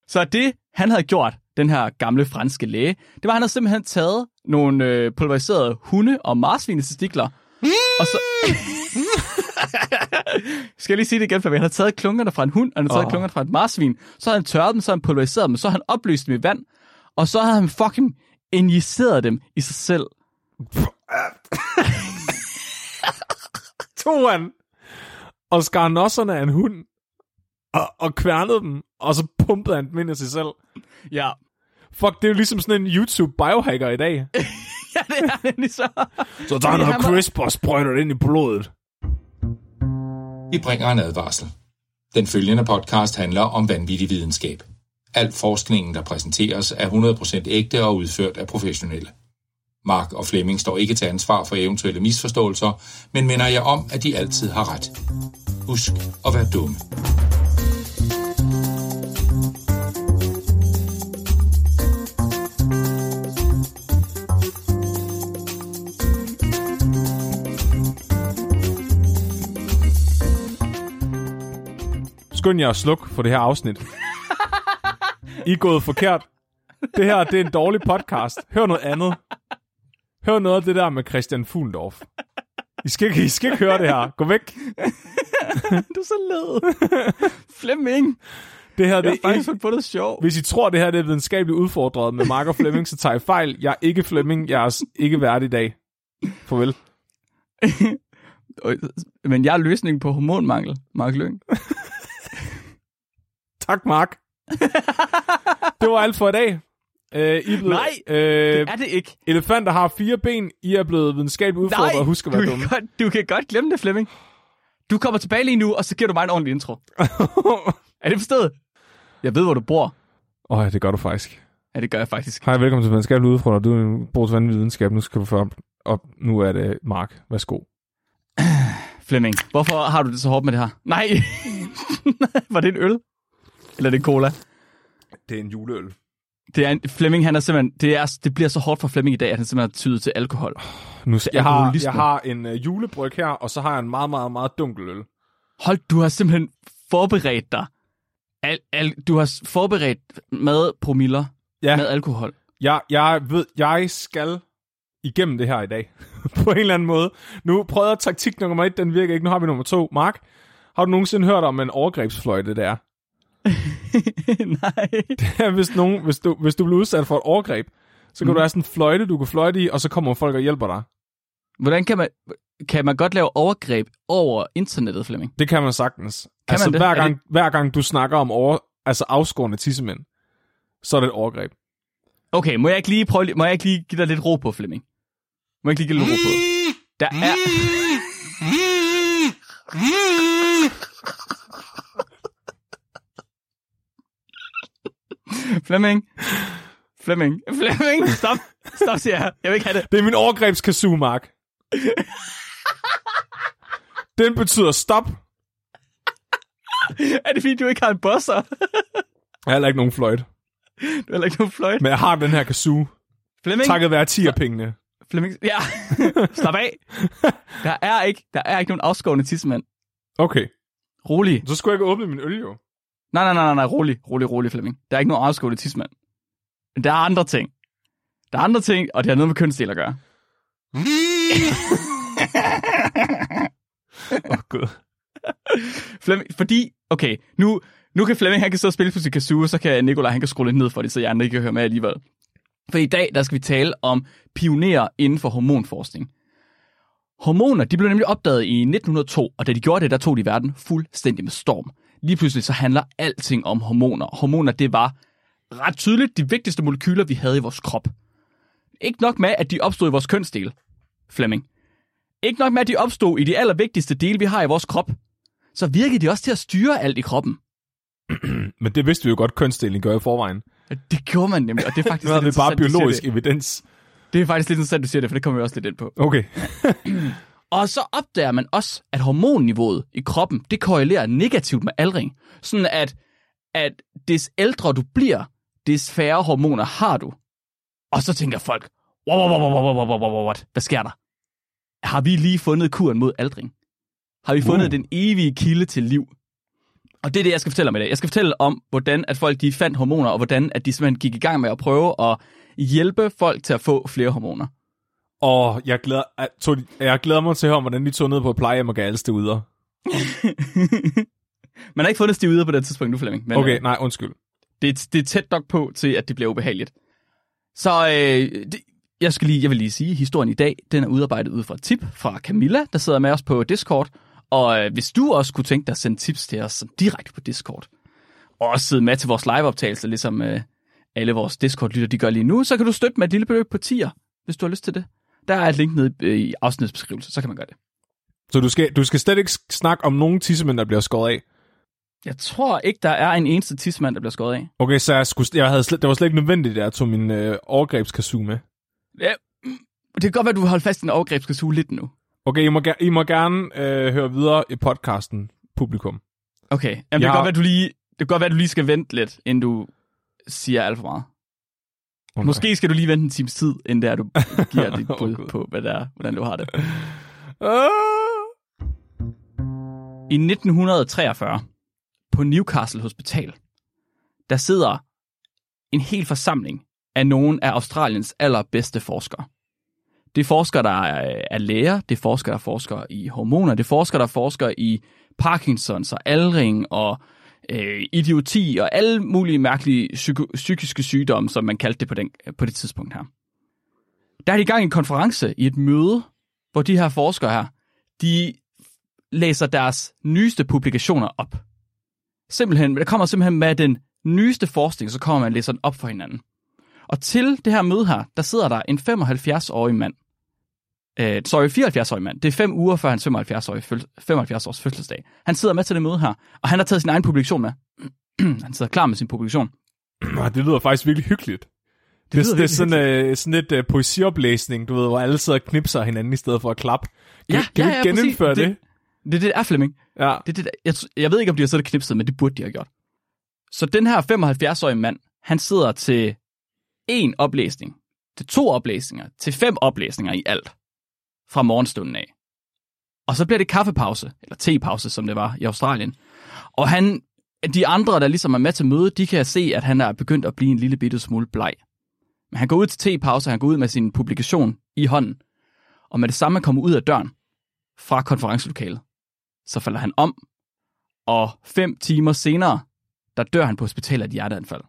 Så det, han havde gjort, den her gamle franske læge, det var, at han havde simpelthen taget nogle pulveriserede hunde- og marsvinetestikler, og så... Skal jeg lige sige det igen, for han havde taget klunkerne fra en hund, og han havde taget klunkerne fra et marsvin, så havde han tørret dem, så havde han pulveriseret dem, så havde han opløst dem i vand, og så havde han fucking injiceret dem i sig selv. Tog han og skar nosserne af en hund, og kværnede dem, og så pumpede han dem ind i sig selv. Ja. Fuck, det er jo ligesom sådan en YouTube-biohacker i dag. Ja, det er nemlig så. Så tager han noget crisp og sprøjter det ind i blodet. Vi bringer en advarsel. Den følgende podcast handler om vanvittig videnskab. Al forskningen, der præsenteres, er 100% ægte og udført af professionelle. Mark og Flemming står ikke til ansvar for eventuelle misforståelser, men minder jer om, at de altid har ret. Husk at være dumme. Skynd jer at slukke for det her afsnit. I er gået forkert. Det her, det er en dårlig podcast. Hør noget andet. Hør noget af det der med Christian Fuglendorf. I skal ikke høre det her. Gå væk. Du er så led. Flemming. Det her, det er faktisk på det sjov. Hvis I tror, det her det er videnskabeligt udfordret med Mark og Flemming, så tager I fejl. Jeg er ikke Flemming. Jeg er ikke vært i dag. Farvel. Men jeg er løsningen på hormonmangel, Mark Lyng. Tak, Mark. Det var alt for i dag. Nej, det er det ikke. Elefanter har 4 ben. I er blevet videnskabeligt udfordret. Nej, husk at være dumme. Du kan godt glemme det, Flemming. Du kommer tilbage lige nu, og så giver du mig en ordentlig intro. Er det forstået? Jeg ved, hvor du bor. Ja, det gør du faktisk. Ja, det gør jeg faktisk. Hej, velkommen til videnskabeligt udfordret. Du er en brug til vanvittig videnskab. Nu skal du få op. Nu er det Mark. Værsgo. Flemming, hvorfor har du det så hårdt med det her? Nej. Var det en øl? Eller er det cola? Det er en juleøl. Flemming, han er simpelthen... Det bliver så hårdt for Flemming i dag, at han simpelthen er tydet til alkohol. Jeg har en julebryg her, og så har jeg en meget, meget, meget dunkel øl. Du har simpelthen forberedt dig. Du har forberedt med promiller med alkohol. Jeg skal igennem det her i dag. På en eller anden måde. Nu prøvede jeg taktik nummer 1, den virker ikke. Nu har vi nummer 2. Mark, har du nogensinde hørt om en overgrebsfløjte, det er? Nej. Det er, hvis du bliver udsat for et overgreb, så kan du have sådan en fløjte, du kan fløjte i, og så kommer folk og hjælper dig. Hvordan kan man godt lave overgreb over internettet, Flemming? Det kan man sagtens. Hver gang du snakker om afskårende tissemænd, så er det et overgreb. Okay, må jeg ikke lige give dig lidt ro på, Flemming? Må jeg ikke lige give dig lidt ro på? Der er... Flemming, stop, siger jeg. Jeg vil ikke have det. Det er min overgrebskazoo, Mark. Den betyder stop. Er det fordi, du ikke har en bosser? Jeg har heller ikke nogen fløjt. Du har heller ikke nogen fløjt? Men jeg har den her kazoo. Flemming? Takket være 10'er-pengene. Flemming, ja. Slap af. Der er ikke nogen afskårende tissemand. Okay. Rolig. Så skulle jeg ikke åbne min øl, jo. Nej. Rolig, Flemming. Der er ikke nogen afskårende tissemand. Der er andre ting. Og det har noget med kønsdel at gøre. Gud. Flemming, fordi... Okay, nu kan Flemming, han kan så spille på sin kazoo, så kan Nikolaj, han kan skrue lidt ned for det, så jeg andre ikke kan høre med alligevel. For i dag, der skal vi tale om pionerer inden for hormonforskning. Hormoner, de blev nemlig opdaget i 1902, og da de gjorde det, der tog de verden fuldstændig med storm. Lige pludselig så handler alting om hormoner. Hormoner, det var ret tydeligt de vigtigste molekyler, vi havde i vores krop. Ikke nok med, at de opstod i vores kønsdel, Flemming. Ikke nok med, at de opstod i de allervigtigste dele, vi har i vores krop. Så virkede de også til at styre alt i kroppen. Men det vidste vi jo godt, kønsdelingen gør i forvejen. Det gjorde man nemlig, og det er faktisk lidt bare biologisk evidens. Det er faktisk lidt interessant, du siger det, for det kommer vi også lidt ind på. Okay. Og så opdager man også, at hormonniveauet i kroppen, det korrelerer negativt med aldring. Sådan at des ældre du bliver, des færre hormoner har du. Og så tænker folk, what? Hvad sker der? Har vi lige fundet kuren mod aldring? Har vi fundet den evige kilde til liv? Og det er det, jeg skal fortælle om i dag. Jeg skal fortælle om, hvordan at folk de fandt hormoner, og hvordan at de simpelthen gik i gang med at prøve at hjælpe folk til at få flere hormoner. Og jeg glæder mig til at høre, hvordan de tog ned på plejehjem og gav alle steroider. Man har ikke fundet steroider på det tidspunkt nu, Flemming. Men, okay, nej, undskyld. Det er tæt nok på til, at det bliver ubehageligt. Så jeg vil lige sige, at historien i dag, den er udarbejdet ud fra et tip fra Camilla, der sidder med os på Discord. Og hvis du også kunne tænke dig at sende tips til os direkte på Discord, og også sidde med til vores liveoptagelser, ligesom alle vores Discord-lytter, de gør lige nu, så kan du støtte med et lille beløb på tier, hvis du har lyst til det. Der er et link nede i afsnitsbeskrivelsen, så kan man gøre det. Så du skal slet ikke snakke om nogen tissemænd, der bliver skåret af? Jeg tror ikke, der er en eneste tissemand, der bliver skåret af. Okay, så det var slet ikke nødvendigt, at jeg tog min overgrebskazoo med. Ja, det kan godt være, at du vil holde fast i din overgrebskazoo lidt nu. Okay, I må gerne høre videre i podcasten, publikum. Okay, jamen, det kan godt være, at du lige skal vente lidt, inden du siger alt for meget. Okay. Måske skal du lige vente en times tid, inden der du giver dit bud på, hvad det er, hvordan du har det. I 1943, på Newcastle Hospital, der sidder en hel forsamling af nogle af Australiens allerbedste forskere. Det er forskere, der er læger, det er forskere, der forsker i hormoner, det er forskere, der forsker i Parkinsons og aldring og idioti og alle mulige mærkelige psykiske sygdomme, som man kaldte det på det tidspunkt her. Der er de i gang i en konference, i et møde, hvor de her forskere her, de læser deres nyeste publikationer op. Der kommer simpelthen med den nyeste forskning, så kommer man og læser den op for hinanden. Og til det her møde her, der sidder der en 75-årig mand. 74-årig mand. Det er 5 uger før hans 75-års fødselsdag. Han sidder med til det møde her, og han har taget sin egen publikation med. Han sidder klar med sin publikation. Det lyder faktisk virkelig hyggeligt. Det er sådan et poesioplæsning, du ved, hvor alle sidder og knipser hinanden i stedet for at klappe. Kan vi genindføre det? Det er Flemming. Ja. Jeg ved ikke, om de har siddet og knipset, men det burde de have gjort. Så den her 75-årige mand, han sidder til 1 oplæsning, til 2 oplæsninger, til 5 oplæsninger i alt, fra morgenstunden af. Og så bliver det kaffepause, eller tepause, som det var i Australien. Og de andre, der ligesom er med til møde, de kan se, at han er begyndt at blive en lille bitte smule bleg. Men han går ud til tepause, han går ud med sin publikation i hånden. Og med det samme kommer ud af døren fra konferencelokalet, så falder han om, og 5 timer senere, der dør han på hospitalet af et hjerteanfald.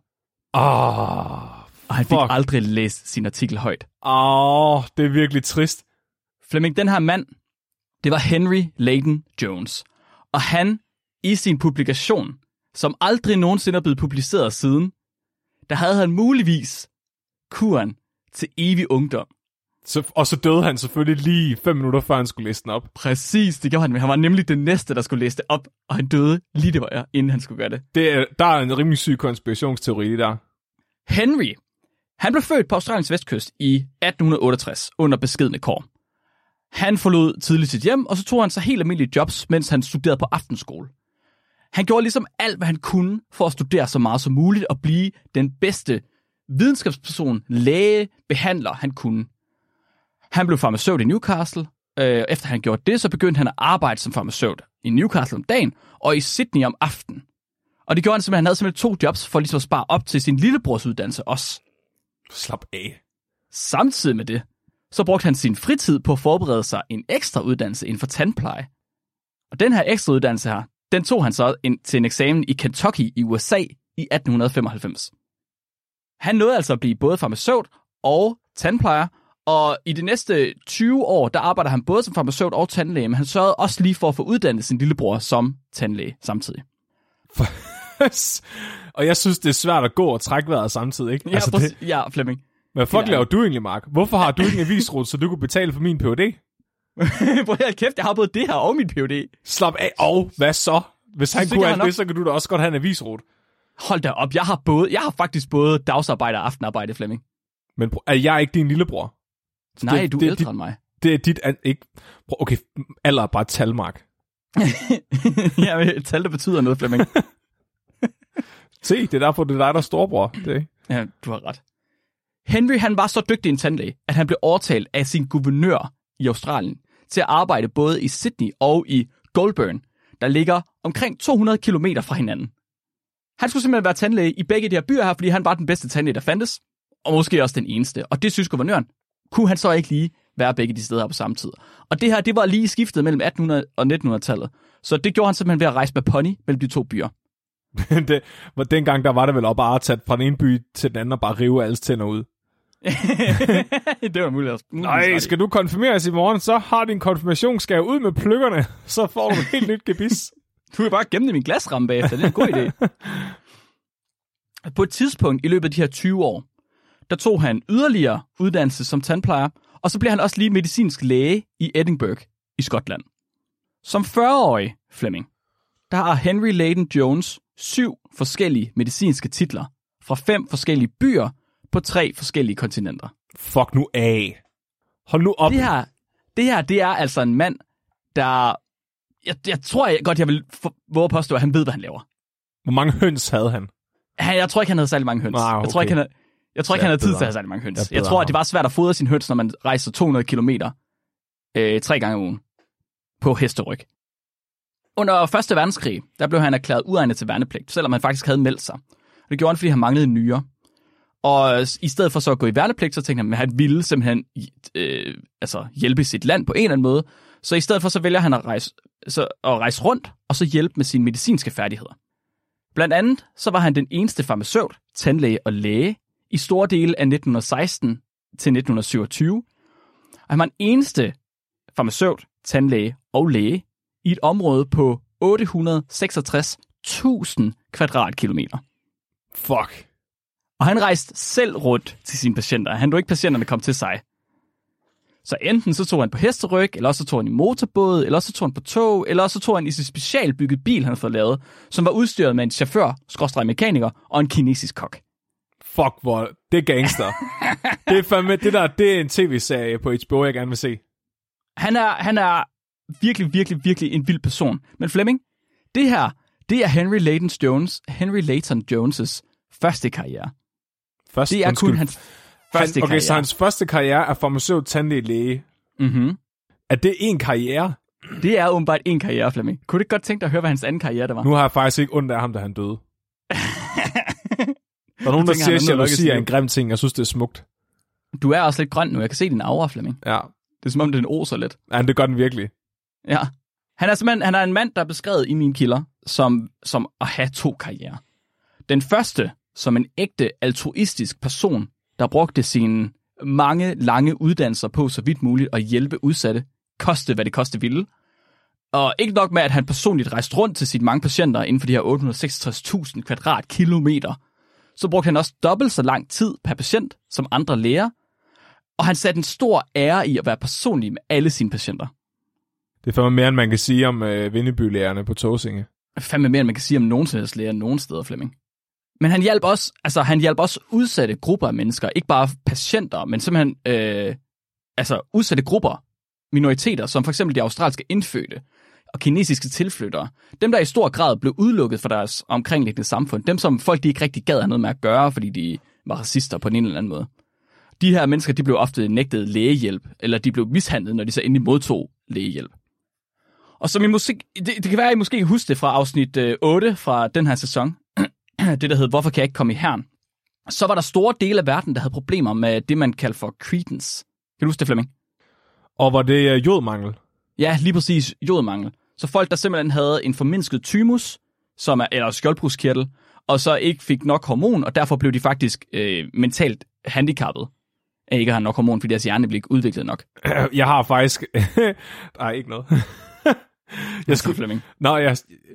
Og han fik aldrig læst sin artikel højt. Det er virkelig trist. Flemming, den her mand, det var Henry Layden Jones. Og han, i sin publikation, som aldrig nogensinde er blevet publiceret siden, der havde han muligvis kuren til evig ungdom. Og så døde han selvfølgelig lige 5 minutter, før han skulle læse den op. Præcis, det gjorde han. Men han var nemlig den næste, der skulle læse det op, og han døde lige det var, inden han skulle gøre det. Der er en rimelig syg konspirationsteori der. Henry, han blev født på Australiens vestkyst i 1868 under beskedne kår. Han forlod tidligt sit hjem, og så tog han sig helt almindelige jobs, mens han studerede på aftenskole. Han gjorde ligesom alt, hvad han kunne for at studere så meget som muligt og blive den bedste videnskabsperson, læge, behandler, han kunne. Han blev farmaceut i Newcastle. Efter han gjorde det, så begyndte han at arbejde som farmaceut i Newcastle om dagen og i Sydney om aftenen. Og det gjorde han simpelthen, han havde simpelthen 2 jobs for ligesom at spare op til sin lillebrors uddannelse også. Slap af. Samtidig med det, så brugte han sin fritid på at forberede sig en ekstra uddannelse inden for tandpleje. Og den her ekstra uddannelse her, den tog han så til en eksamen i Kentucky i USA i 1895. Han nåede altså at blive både farmaceut og tandplejer, og i de næste 20 år, der arbejder han både som farmaceut og tandlæge, men han sørgede også lige for at få uddannet sin lillebror som tandlæge samtidig. Og jeg synes, det er svært at gå og trække vejret samtidig, ikke? Ja, ja, Flemming. Hvad fuck laver du egentlig, Mark? Hvorfor har du ikke en avisrute, så du kunne betale for min Ph.D.? Prøv at kæft, jeg har både det her og min Ph.D. Slap af. Hvad så? Hvis han kunne have det, så kan du da også godt have en avisrute. Hold da op, jeg har faktisk både dagsarbejde og aftenarbejde, Flemming. Men er jeg ikke din lillebror? Nej, du er ældre end mig. Det er dit... ikke. Okay, alder er bare et tal, Mark. Ja, men et tal, der betyder noget, Flemming. Se, det er derfor, det er dig, der er storbror. Det. Ja, du har ret. Henry, han var så dygtig en tandlæge, at han blev overtalt af sin guvernør i Australien til at arbejde både i Sydney og i Goulburn. der ligger omkring 200 kilometer fra hinanden. Han skulle simpelthen være tandlæge i begge de her byer her, fordi han var den bedste tandlæge, der fandtes, og måske også den eneste. Og det synes guvernøren, kunne han så ikke lige være begge de steder her på samme tid. Og det her, det var lige skiftet mellem 1800- og 1900-tallet. Så det gjorde han simpelthen ved at rejse med pony mellem de to byer. Dengang der var det vel op bare at tage fra den ene by til den anden og bare rive alles tænder ud. Det var muligt. Nej, skal du konfirmeres i morgen, så har din konfirmationsgave ud med pløkkerne, så får du et helt nyt gebis. Du kan bare gemme det i min glasramme bagefter, det er en god idé. På et tidspunkt i løbet af de her 20 år, der tog han yderligere uddannelse som tandplejer, og så blev han også lige medicinsk læge i Edinburgh i Skotland. Som 40-årig, Fleming, der har Henry Layton Jones 7 forskellige medicinske titler fra 5 forskellige byer på 3 forskellige kontinenter. Fuck nu af. Hold nu op. Det her, det er altså en mand, der... Jeg tror godt, jeg vil våge at påstå, at han ved, hvad han laver. Hvor mange høns havde han? Jeg tror ikke, han havde særlig mange høns. Okay. Jeg tror ikke, han havde tid til at have særlig mange høns. Jeg tror, at det var svært at fodre sine høns, når man rejser 200 kilometer 3 gange om ugen på hesteryg. Under 1. verdenskrig, der blev han erklæret uegnet til værnepligt, selvom han faktisk havde meldt sig. Og det gjorde han, fordi han manglede nyrer. Og i stedet for så at gå i værnepligt, så tænkte han, at han ville simpelthen hjælpe sit land på en eller anden måde. Så i stedet for, så vælger han at rejse rundt, og så hjælpe med sine medicinske færdigheder. Blandt andet, så var han den eneste farmaceut, tandlæge og læge i store dele af 1916 til 1927. Og han var den eneste farmaceut, tandlæge og læge i et område på 866.000 kvadratkilometer. Fuck. Og han rejste selv rundt til sine patienter. Han lod ikke patienterne komme til sig. Så enten så tog han på hesteryg, eller også så tog han i motorbåd, eller også så tog han på tog, eller også så tog han i sin specialbygget bil, han havde fået lavet, som var udstyret med en chauffør, mekaniker og en kinesisk kok. Fuck, hvor det er gangster. Det er fandme, det er en tv-serie på HBO, jeg gerne vil se. Han er virkelig, virkelig, virkelig en vild person. Men Fleming, det her, det er Henry Layton Jones' første karriere. Det er kun hans første karriere. Okay, så hans første karriere er farmaceut, tandlæge, læge. Mhm. Er det en karriere? Det er åbenbart en karriere, Fleming. Kunne du ikke godt tænke dig at høre, hvad hans anden karriere der var? Nu har jeg faktisk ikke ondt af ham, da han døde. Der er nogen, der siger, at jalousi er en grim ting. Jeg synes, det er smukt. Du er også lidt grøn nu. Jeg kan se din aura, Fleming. Ja. Det er som om, den oser lidt. Ja, det gør den virkelig. Ja. Han er en mand, der er beskrevet i mine kilder som at have 2 karrierer. Den første, som en ægte altruistisk person, der brugte sine mange lange uddannelser på så vidt muligt at hjælpe udsatte, koste hvad det koste ville. Og ikke nok med, at han personligt rejste rundt til sine mange patienter inden for de her 866.000 kvadratkilometer, så brugte han også dobbelt så lang tid per patient som andre læger, og han satte en stor ære i at være personlig med alle sine patienter. Det er fandme mere, end man kan sige om Vindeby-lægerne på Tåsinge. Fandme mere, end man kan sige om nogen som helst læger nogen steder, Flemming. Men han hjalp også udsatte grupper af mennesker, ikke bare patienter, men simpelthen udsatte grupper, minoriteter, som for eksempel de australske indfødte og kinesiske tilflyttere. Dem, der i stor grad blev udelukket fra deres omkringliggende samfund. Dem, som folk de ikke rigtig gad have noget med at gøre, fordi de var racister på en eller anden måde. De her mennesker, de blev ofte nægtet lægehjælp, eller de blev mishandlet, når de så endelig modtog lægehjælp. Og som det kan være, at I måske husker det fra afsnit 8 fra den her sæson, det der hed, hvorfor kan jeg ikke komme i hæren? Så var der store dele af verden, der havde problemer med det, man kalder for cretins. Kan du huske det, Flemming? Og var det jodmangel? Ja, lige præcis jodmangel. Så folk, der simpelthen havde en formindsket thymus, eller skjoldbruskkirtel, og så ikke fik nok hormon, og derfor blev de faktisk mentalt handicappet af ikke at have nok hormon, fordi deres hjerne blev ikke udviklet nok. Jeg har faktisk... Nej, ikke noget. Jeg skulle Flemming. Nej,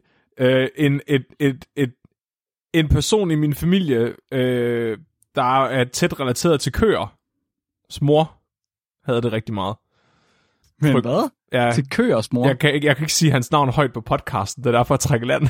en person i min familie, der er tæt relateret til køer. Mor havde det rigtig meget. Men hvad? Ja, til køers mor? Jeg kan ikke sige hans navn højt på podcasten, det er derfor at trække land.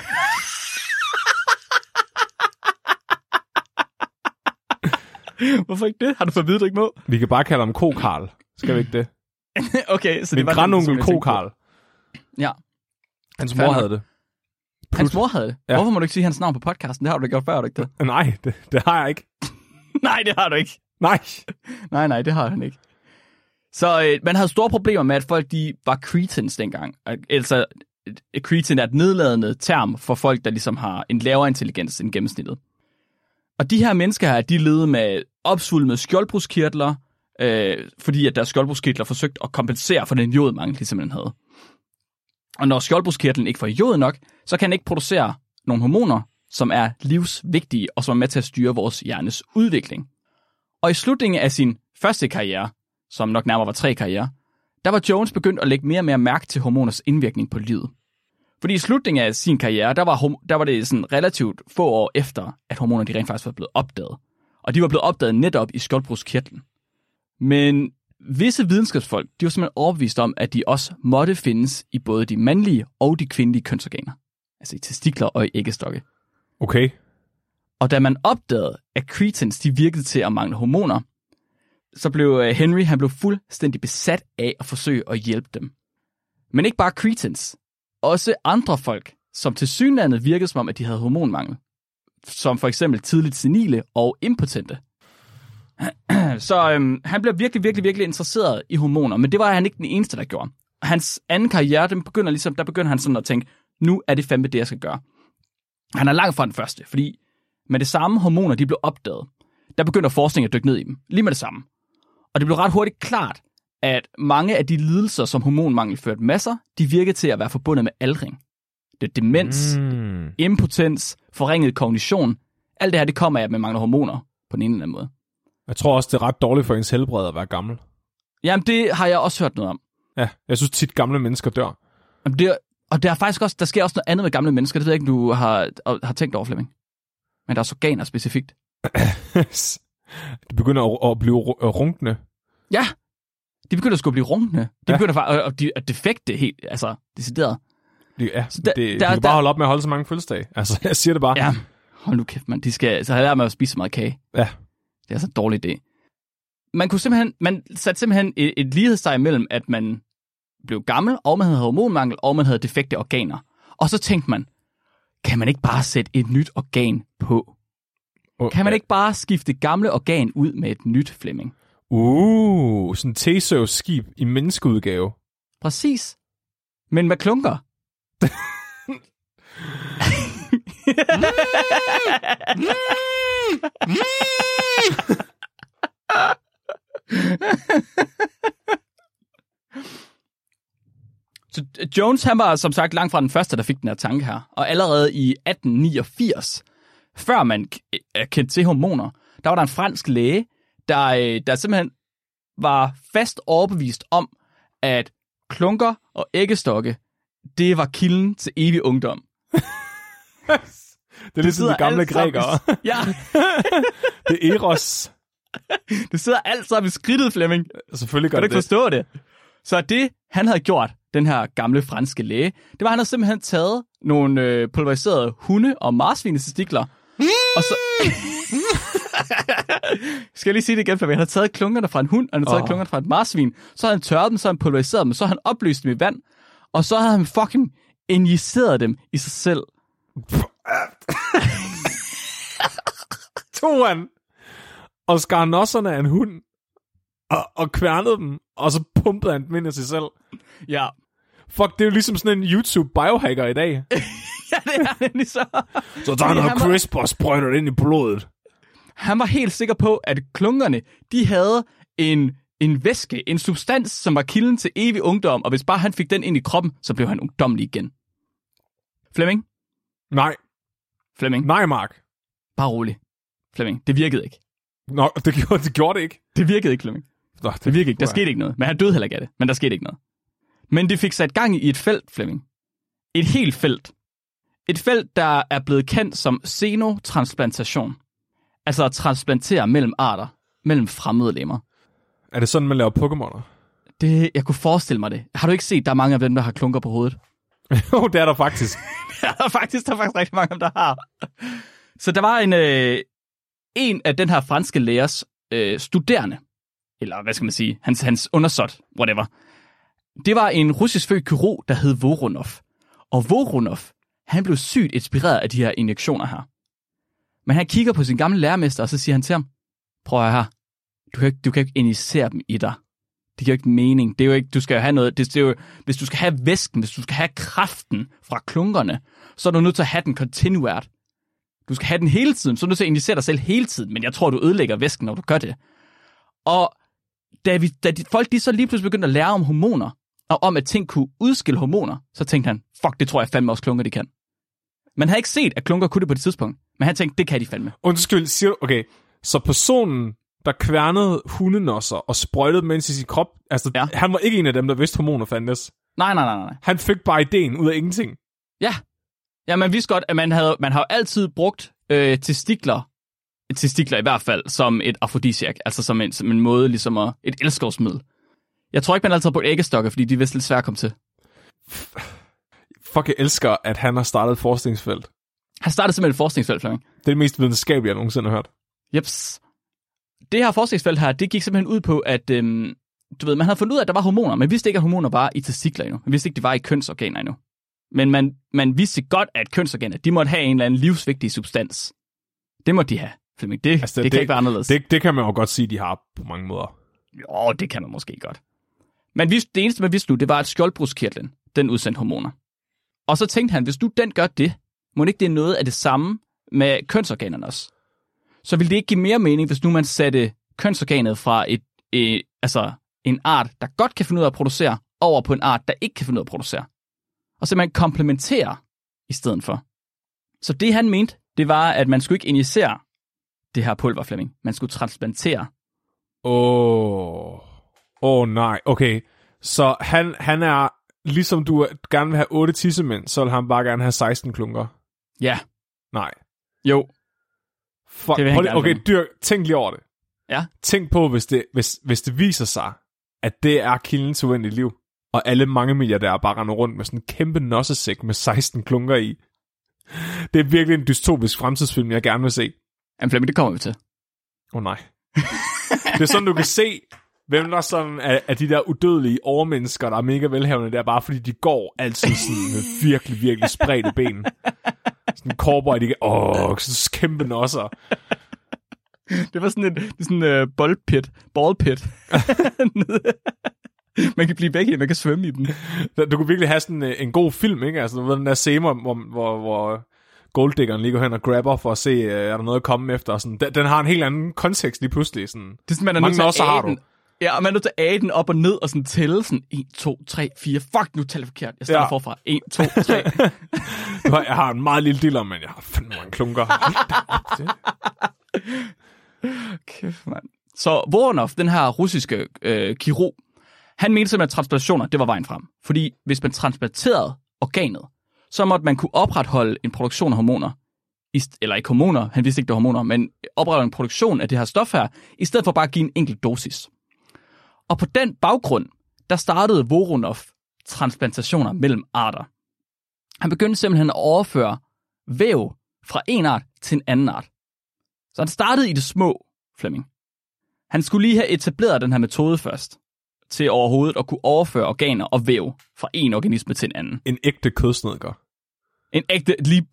Hvorfor ikke det? Har du fået at vide, du ikke må? Vi kan bare kalde ham Ko-Karl. Skal vi ikke det? Okay, så min det var grandonkel Ko-Karl. Ja. Hans mor havde det. Hans mor havde det? Ja. Hvorfor må du ikke sige hans navn på podcasten? Det har du da gjort før, har du ikke det? Nej, det har jeg ikke. Nej, det har du ikke. Nej. Nej, det har han ikke. Så man havde store problemer med, at folk de var cretins dengang. Altså, creatine er et nedladende term for folk, der ligesom har en lavere intelligens end gennemsnittet. Og de her mennesker her, de levede med opsvulmede skjoldbruskkirtler, fordi at deres skjoldbruskkirtler forsøgte at kompensere for den jodmangel, de simpelthen havde. Og når skjoldbruskkirtlen ikke får jod nok, så kan den ikke producere nogle hormoner, som er livsvigtige og som er med til at styre vores hjernes udvikling. Og i slutningen af sin første karriere, som nok nærmere var 3 karrierer, der var Jones begyndt at lægge mere og mere mærke til hormoners indvirkning på livet. Fordi i slutningen af sin karriere, der var det sådan relativt få år efter, at hormoner de rent faktisk var blevet opdaget. Og de var blevet opdaget netop i skjoldbruskkirtlen. Men visse videnskabsfolk, de var simpelthen overbevist om, at de også måtte findes i både de mandlige og de kvindelige kønsorganer. Altså i testikler og i æggestokke. Okay. Og da man opdagede, at cretins de virkede til at mangle hormoner, så blev Henry han blev fuldstændig besat af at forsøge at hjælpe dem. Men ikke bare cretins. Også andre folk, som tilsyneladende virkede som om, at de havde hormonmangel. Som for eksempel tidligt senile og impotente. Så han blev virkelig interesseret i hormoner, men det var han ikke den eneste, der gjorde. Hans anden karriere, der begynder han sådan at tænke, nu er det fandme det, jeg skal gøre. Han er langt fra den første, fordi med det samme hormoner, de blev opdaget, der begynder forskningen at dykke ned i dem. Lige med det samme. Og det blev ret hurtigt klart, at mange af de lidelser, som hormonmangel førte med sig, de virkede til at være forbundet med aldring. Det er demens, impotens, forringet kognition. Alt det her, det kommer af, at man mangler hormoner på den ene eller anden måde. Jeg tror også, det er ret dårligt for ens helbred at være gammel. Jamen, det har jeg også hørt noget om. Ja, jeg synes tit, gamle mennesker dør. Jamen, der er faktisk også, der sker også noget andet med gamle mennesker. Det ved jeg ikke, du har tænkt over, Flemming. Men der er også organer specifikt. Det begynder at blive runkende. Ja, de begynder at skulle blive runkende. De begynder at defekte helt, altså decideret. Ja, du kan bare holde op med at holde så mange fødselsdage. Altså, jeg siger det bare. Ja, hold nu kæft, man. De skal så have lært med at spise så meget kage. Ja. Det er så en dårlig idé. Man satte simpelthen et lighedstegn mellem, at man blev gammel, og man havde hormonmangel, og man havde defekte organer. Og så tænkte man, kan man ikke bare sætte et nyt organ på? Kan man ikke bare skifte gamle organ ud med et nyt, Flemming? Sådan en Theseus-skib i menneskeudgave. Præcis. Men med klunker. Så Jones, han var som sagt langt fra den første, der fik den her tanke her. Og allerede i 1889, før man kendte til hormoner, der var der en fransk læge, der simpelthen var fast overbevist om, at klunker og æggestokke, det var kilden til evig ungdom. Det er ligesom de gamle grækere. Ja. Det er Eros. Det sidder alt sammen i skridtet, Flemming. Selvfølgelig gør kan du det. Ikke forstå det? Så det, han havde gjort, den her gamle franske læge, det var, at han havde simpelthen taget nogle pulveriserede hunde- og marsvinetestikler, og så... Skal jeg lige sige det igen, for han havde taget klunkerne fra en hund, og han havde taget klunkerne fra et marsvin, så havde han tørret dem, så havde han pulveriseret dem, så havde han opløst dem i vand, og så havde han fucking injiceret dem i sig selv. Tog han og skar nosserne af en hund, og kværnede dem, og så pumpede han dem ind i sig selv. Ja. Fuck, det er jo ligesom sådan en YouTube-biohacker i dag. Ja, det er nemlig så. Så tager noget crisp og sprøjter det ind i blodet. Han var helt sikker på, at klunkerne, de havde en væske, en substans, som var kilden til evig ungdom, og hvis bare han fik den ind i kroppen, så blev han ungdommelig igen. Flemming? Nej. Flemming? Nej, Mark. Bare rolig. Flemming, det virkede ikke. Nå, det gjorde det ikke. Det virkede ikke, Flemming. Nå, det virkede ikke. Der skete ikke noget. Men han døde heller ikke af det. Men der skete ikke noget. Men det fik sat gang i et felt, Flemming. Et helt felt. Et felt, der er blevet kendt som xenotransplantation. Altså at transplantere mellem arter, mellem fremmede lemmer. Er det sådan, man laver Pokémoner? Jeg kunne forestille mig det. Har du ikke set, der er mange af dem, der har klunker på hovedet? Jo, det er der faktisk. Der er faktisk rigtig mange af dem, der har. Så der var en af den her franske lægers studerende, eller hvad skal man sige, hans undersåt, whatever. Det var en russisk født kirurg, der hed Voronov. Og Voronov, han blev sygt inspireret af de her injektioner her. Men han kigger på sin gamle lærermester, og så siger han til ham, prøv at høre her, du kan ikke injicere dem i dig. Det giver ikke mening. Det er jo ikke, du skal have noget, det er jo, hvis du skal have væsken, hvis du skal have kraften fra klunkerne, så er du nødt til at have den kontinuert. Du skal have den hele tiden, så er du nødt til at injicere dig selv hele tiden, men jeg tror, du ødelægger væsken, når du gør det. Og da folk de så lige pludselig begyndte at lære om hormoner, og om at ting kunne udskille hormoner, så tænkte han, fuck, det tror jeg fandme også klunker, de kan. Man havde ikke set, at klunker kunne det på det tidspunkt, men han tænkte, det kan de fandme. Undskyld, siger du, okay, så personen, der kværnede hundenosser og sprøjtede mens i sin krop, altså, ja. Han var ikke en af dem, der vidste, hormoner fandtes. Nej. Han fik bare ideen ud af ingenting. Ja, man vidste godt, at man har altid brugt testikler i hvert fald, som et afrodisiak, altså som en måde, ligesom et elskovsmiddel. Jeg tror ikke, man altid har brugt æggestokke, fordi de er vist lidt svært at komme til. Fuck, jeg elsker, at han har startet et forskningsfelt. Han startede simpelthen et forskningsfelt, Flemming. Det er det mest videnskabelige, jeg nogensinde har hørt. Jeps. Det her forskningsfelt her, det gik simpelthen ud på, at man havde fundet ud af, at der var hormoner. Man vidste ikke, at hormoner var i testikler endnu. Man vidste ikke, at de var i kønsorganer endnu. Men man vidste godt, at kønsorganer, de måtte have en eller anden livsvigtig substans. Det måtte de have, Flemming. Det kan ikke være anderledes. Det kan man jo godt sige, de har på mange måder. Jo, det kan man måske godt. Men det eneste, man vidste nu, det var, at skjoldbruskkirtlen, den udsendte hormoner. Og så tænkte han, hvis nu den gør det, må ikke det er noget af det samme med kønsorganerne også. Så ville det ikke give mere mening, hvis nu man satte kønsorganet fra en art, der godt kan finde ud af at producere, over på en art, der ikke kan finde ud af at producere. Og så man komplementerer i stedet for. Så det han mente, det var, at man skulle ikke injicere det her pulver, Flemming. Man skulle transplantere. Nej, okay. Så han er, ligesom du gerne vil have 8 tissemænd, så vil han bare gerne have 16 klunker. Ja. Nej. Jo. Fuck. Okay, dyr, tænk lige over det. Ja. Tænk på, hvis det viser sig, at det er kilden til uendeligt liv, og alle mange milliardærer bare render rundt med sådan en kæmpe nossesæk med 16 klunker i. Det er virkelig en dystopisk fremtidsfilm, jeg gerne vil se. Jamen Flemming, det kommer vi til. Nej. Det er sådan, du kan se, hvem der sådan er de der udødelige overmennesker, der er mega velhavende der, bare fordi de går altid sådan med virkelig, virkelig spredte ben. Sådan en cowboy, de kan, så kæmpe nosser. Det var sådan en ballpit. Man kan blive begge, man kan svømme i dem. Du kunne virkelig have sådan en god film, ikke? Altså, du ved, den der scene, hvor golddiggeren lige går hen og grabber for at se, er der noget at komme efter. Sådan. Den har en helt anden kontekst lige pludselig. Sådan. Det er sådan, man er nødt til at den. Ja, og man er nødt til at age den op og ned og sådan tælle sådan 1, 2, 3, 4. Fuck, nu tæller forkert. Jeg starter forfra. 1, 2, 3. Jeg har en meget lille diller, men jeg har fandme mange klunker. Kæft, mand. Så Voronov, den her russiske kirurg, han mente simpelthen, at transplantationer, det var vejen frem. Fordi hvis man transplanterede organet, så måtte man kunne opretholde en produktion af hormoner. Eller ikke hormoner, han vidste ikke, det var hormoner, men opretholde en produktion af det her stof her, i stedet for bare at give en enkelt dosis. Og på den baggrund, der startede Voronov transplantationer mellem arter. Han begyndte simpelthen at overføre væv fra en art til en anden art. Så han startede i det små, Flemming. Han skulle lige have etableret den her metode først, til overhovedet at kunne overføre organer og væv fra en organisme til en anden. En ægte kødsnedker. En ægte,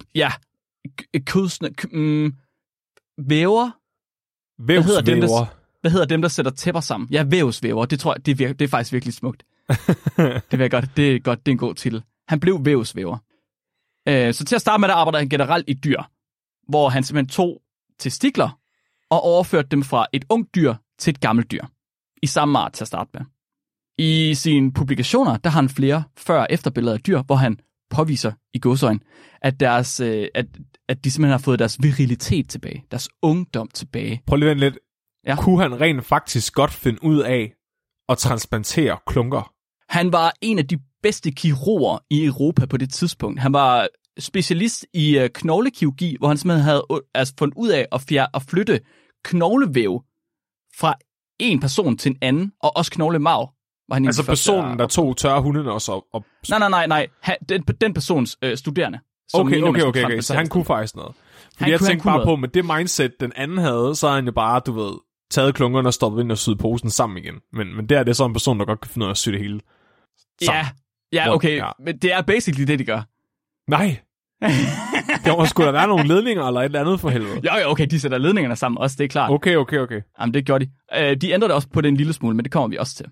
kødsnedker. Væver? Vævsvæver. Hvad hedder dem, der sætter tæpper sammen? Ja, vævsvæver. Det tror jeg, det er faktisk virkelig smukt. Det er godt. Det er en god titel. Han blev vævsvæver. Så til at starte med, der arbejder han generelt i dyr, hvor han simpelthen tog testikler og overførte dem fra et ungt dyr til et gammelt dyr. I samme art til at starte med. I sine publikationer, der har han flere før- og efterbilleder af dyr, hvor han påviser i gåseøjne, at de simpelthen har fået deres virilitet tilbage, deres ungdom tilbage. Prøv lige at vente lidt. Ja. Kunne han rent faktisk godt finde ud af at transplantere klunker? Han var en af de bedste kirurger i Europa på det tidspunkt. Han var specialist i knoglekirurgi, hvor han simpelthen havde fundet ud af at flytte knoglevæv fra en person til en anden, og også knoglemarv. Altså personen, der tog tørre hunden også op? Nej. Den persons studerende. Okay. Så han kunne faktisk noget. Fordi jeg tænkte bare på, med det mindset, den anden havde, så havde han jo bare, taget klunkerne og stoppet ind og syet posen sammen igen. Men der er det så en person, der godt kan finde ud af at sy det hele sammen. Ja, okay. Ja. Men det er basically det, de gør. Nej. Der må sgu da være nogle ledninger eller et eller andet for helvede. Ja, okay, de sætter ledningerne sammen også, det er klart. Okay. Jamen, det gjorde de. De ændrede det også på den lille smule, men det kommer vi også til.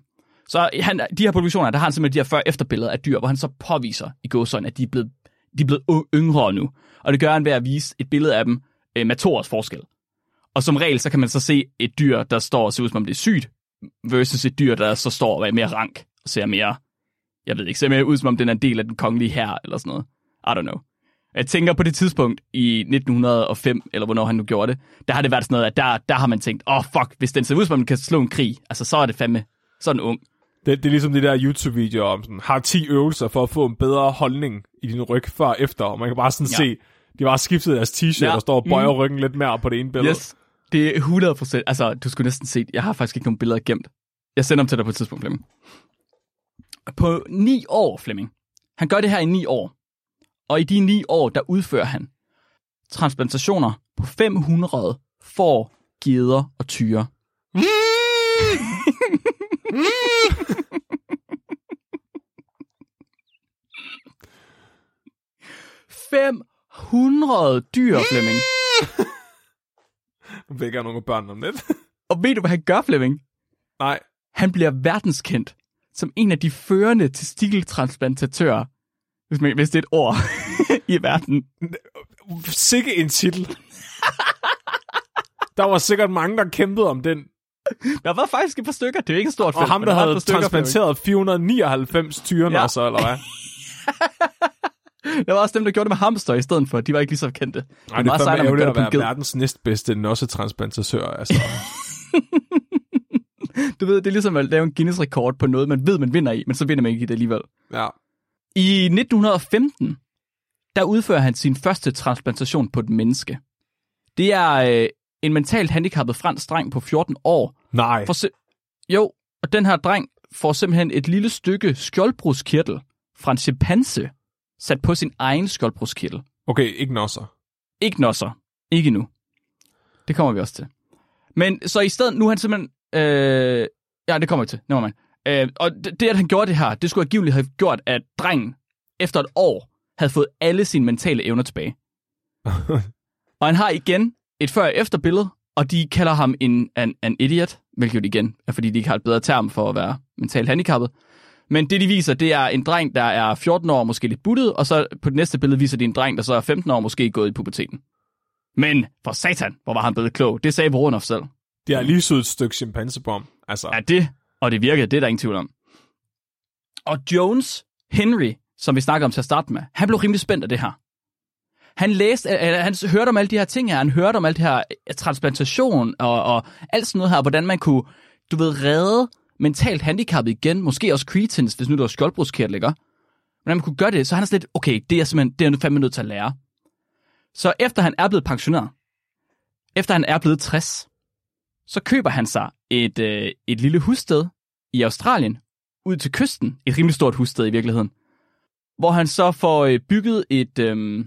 Så de her publikationer, der har han simpelthen de her før-efter-billeder af dyr, hvor han så påviser i gåseøjne, at de er blevet yngre nu. Og det gør han ved at vise et billede af dem med 2 års forskel. Og som regel, så kan man så se et dyr, der står og ser ud, som om det er sygt, versus et dyr, der så står og er mere rank, og ser mere, ser mere ud, som om den er en del af den kongelige hær, eller sådan noget. I don't know. Jeg tænker på det tidspunkt i 1905, eller hvornår han nu gjorde det, der har det været sådan noget, at der har man tænkt, fuck, hvis den ser ud, som om den kan slå en krig, altså så er det fandme, så er den ung. Det er ligesom de der YouTube-videoer om sådan, har 10 øvelser for at få en bedre holdning i din ryg før og efter, og man kan bare sådan se, de har skiftet deres t-shirt og står og bøjer ryggen lidt mere på det ene billede. Yes, det er 100%, altså du skulle næsten se, jeg har faktisk ikke nogen billeder gemt. Jeg sender dem til dig på et tidspunkt, Flemming. På 9 år, Flemming, han gør det her i 9 år, og i de 9 år, der udfører han transplantationer på 500 får, geder og tyre. 500 dyr, Flemming. Nu vækker jeg nogle børn om lidt. Og ved du, hvad han gør, Flemming? Nej. Han bliver verdenskendt som en af de førende testikeltransplantatører, hvis det er et ord, i verden. Sikke en titel. Der var sikkert mange, der kæmpede om den. Der var faktisk et par stykker. Det er ikke et stort felt. Og ham, der havde transplanteret 499 tyrener, så, eller hvad? Der var også dem, der gjorde det med hamster i stedet for. De var ikke lige så kendte. Nej, det er fandme ærgerligt at være verdens næstbedste nossetransplantatør, altså. Du ved, det er ligesom at lave en Guinness-rekord på noget, man ved, man vinder i, men så vinder man ikke i det alligevel. Ja. I 1915, der udfører han sin første transplantation på et menneske. Det er en mentalt handicappet fransk dreng på 14 år. Nej. Jo, og den her dreng får simpelthen et lille stykke skjoldbruskkirtel fra en chimpanse sat på sin egen skjoldbruskkirtel. Okay, ikke nosser. Ikke nosser. Ikke nu. Det kommer vi også til. Men så i stedet, nu er han simpelthen... ja, det kommer vi til. Og det, at han gjorde det her, det skulle angiveligt have gjort, at drengen efter et år havde fået alle sine mentale evner tilbage. Og han har igen et før- og efterbillede, og de kalder ham en idiot, hvilket igen er, fordi de ikke har et bedre term for at være mentalt handicappet. Men det, de viser, det er en dreng, der er 14 år, måske lidt buttet, og så på det næste billede viser de en dreng, der så er 15 år, måske gået i puberteten. Men for satan, hvor var han blevet klog. Det sagde Voronov selv. De har lige sødt et stykke chimpansebom. Altså. Ja, det virkede, det er der ingen tvivl om. Og Jones Henry, som vi snakker om til at starte med, han blev rimelig spændt af det her. Han hørte om alle de her ting her, han hørte om alt det her transplantation og alt sådan noget her, hvordan man kunne, redde mentalt handicappet igen, måske også cretins, hvis nu der var skjoldbruskkirtel, ikke? Hvordan man kunne gøre det, så han er slet, okay, det er nu fandme nødt til at lære. Så efter han er blevet pensioneret, efter han er blevet 60, så køber han sig et lille husted i Australien, ud til kysten, et rimelig stort husted i virkeligheden, hvor han så får bygget et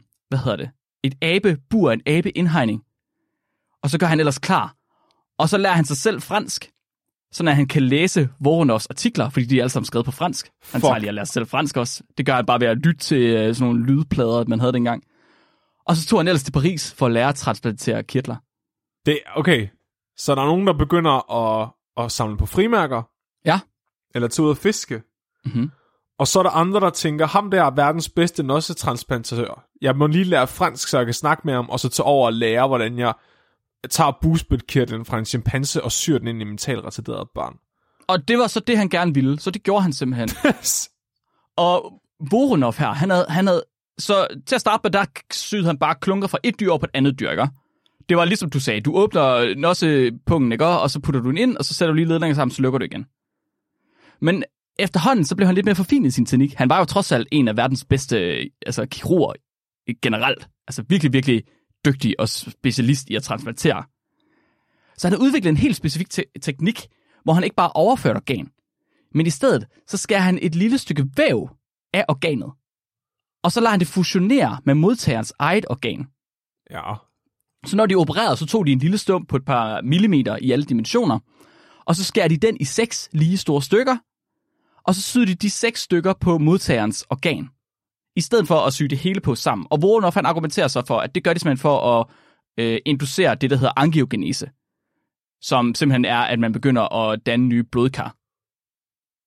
abebur, en abeindhegning, og så gør han ellers klar. Og så lærer han sig selv fransk, så han kan læse Voronovs artikler, fordi de er alle sammen skrevet på fransk. Han tager lige at lære sig selv fransk også. Det gør han bare ved at lytte til sådan nogle lydplader, man havde dengang. Og så tog han ellers til Paris for at lære at transplantere kirtler. Okay, så der er nogen, der begynder at samle på frimærker. Ja. Eller tage ud at fiske. Mm-hmm. Og så er der andre, der tænker, ham der er verdens bedste nossetransplantatør. Jeg må lige lære fransk, så jeg kan snakke med ham, og så tage over og lære, hvordan jeg tager bugspytkirtlen fra en chimpanse og syr den ind i mentalt retarderede barn. Og det var så det, han gerne ville, så det gjorde han simpelthen. Og Voronov her, han havde så til at starte med, der syede han bare klunker fra et dyr over på et andet dyr, ikke? Det var ligesom du sagde, du åbner nossepungen, ikke? Og så putter du den ind, og så sætter du lige ledninger sammen, så lukker du igen. Men efterhånden, så blev han lidt mere forfinet i sin teknik. Han var jo trods alt en af verdens bedste kirurger generelt. Altså virkelig, virkelig dygtig og specialist i at transplantere. Så han har udviklet en helt specifik teknik, hvor han ikke bare overfører organ, men i stedet, så skærer han et lille stykke væv af organet. Og så lader han det fusionere med modtagerens eget organ. Ja. Så når de opererede, så tog de en lille stump på et par millimeter i alle dimensioner, og så skærer de den i 6 lige store stykker, og så syede de 6 stykker på modtagerens organ, i stedet for at sy det hele på sammen. Og Voronov, han argumenterer så for, at det gør de simpelthen for at inducere det, der hedder angiogenese, som simpelthen er, at man begynder at danne nye blodkar.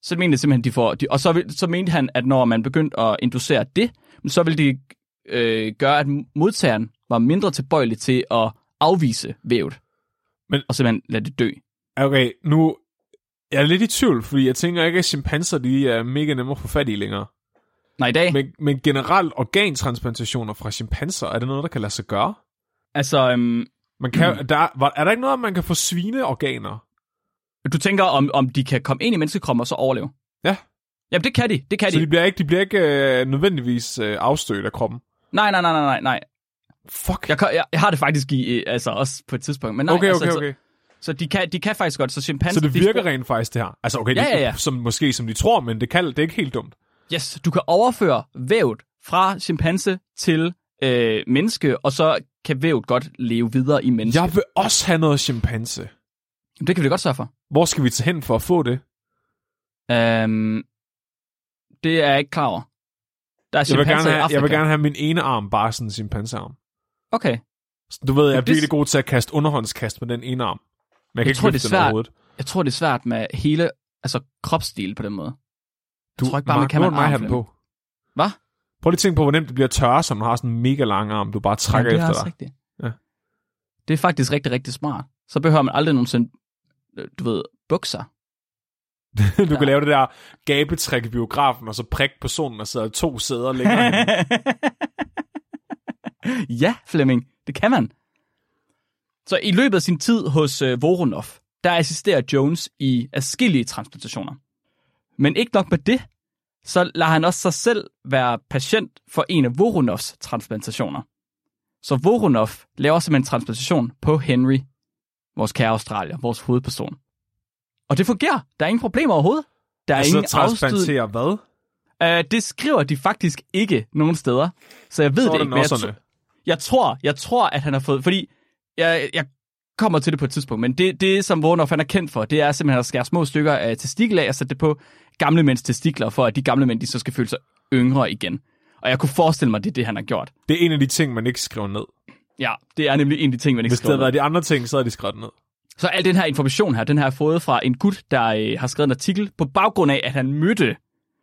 Så mente det simpelthen, de får... Og så mente han, at når man begyndte at inducere det, så ville det gøre, at modtageren var mindre tilbøjelig til at afvise vævet. Og simpelthen lade det dø. Okay, nu jeg er lidt i tvivl, fordi jeg tænker ikke, at chimpanser de er mega nemmere at få fat i længere. Nej, i dag. Men generelt organtransplantationer fra chimpanser, er det noget, der kan lade sig gøre? Altså... Man kan, er der ikke noget, man kan få svineorganer? Du tænker, om de kan komme ind i menneskekroppen og så overleve? Ja. Jamen, det kan de. Så de bliver ikke nødvendigvis afstødt af kroppen? Nej. Fuck. Jeg har det faktisk i, altså også på et tidspunkt. Men nej, okay. Så de kan faktisk godt. Så chimpanser... Så det virker rent faktisk, det her? Altså, okay, ja. Som de tror, men det er ikke helt dumt. Yes, du kan overføre vævet fra chimpanse til menneske, og så kan vævet godt leve videre i menneske. Jeg vil også have noget chimpanse. Det kan vi da godt sørge for. Hvor skal vi tage hen for at få det? Det er jeg ikke klar over. Der er jeg vil gerne have min ene arm, bare sådan en chimpansearm. Okay. Du ved, jeg er virkelig god til at kaste underhåndskast med den ene arm. Men jeg kan ikke løfte den overhovedet. Jeg tror, det er svært med hele kropsdel på den måde. Jeg tror ikke bare, man kan have den på. Hvad? Prøv lige at tænke på, hvor nemt det bliver at tørre, som man har sådan en mega lang arm, du bare trækker efter dig. Rigtigt. Ja. Det er faktisk rigtig, rigtig smart. Så behøver man aldrig nogensinde, bukser. Du kan lave det der gabetræk i biografen, og så prikke personen, og sidder 2 sæder længere hen. Ja, Flemming, det kan man. Så i løbet af sin tid hos Voronov, der assisterer Jones i adskillige transplantationer. Men ikke nok med det, så lader han også sig selv være patient for en af Voronovs transplantationer. Så Voronov laver simpelthen en transplantation på Henry, vores kære australier, vores hovedperson. Og det fungerer. Der er ingen problemer overhovedet. Der er ingen transplanterer hvad? Det skriver de faktisk ikke nogen steder. Så jeg ved det ikke. Men jeg tror, at han har fået... Fordi jeg kommer til det på et tidspunkt, men det som Voronov han er kendt for, det er simpelthen at skære små stykker af testikel af og sætte det på gamle mænds testikler, for at de gamle mænd de så skal føle sig yngre igen. Og jeg kunne forestille mig, det er det, han har gjort. Det er en af de ting, man ikke skriver ned. Ja, det er nemlig en af de ting, man ikke skriver ned. Hvis det havde været de andre ting, så havde de skrevet ned. Så al den her information her, den har jeg fået fra en gut, der har skrevet en artikel på baggrund af, at han mødte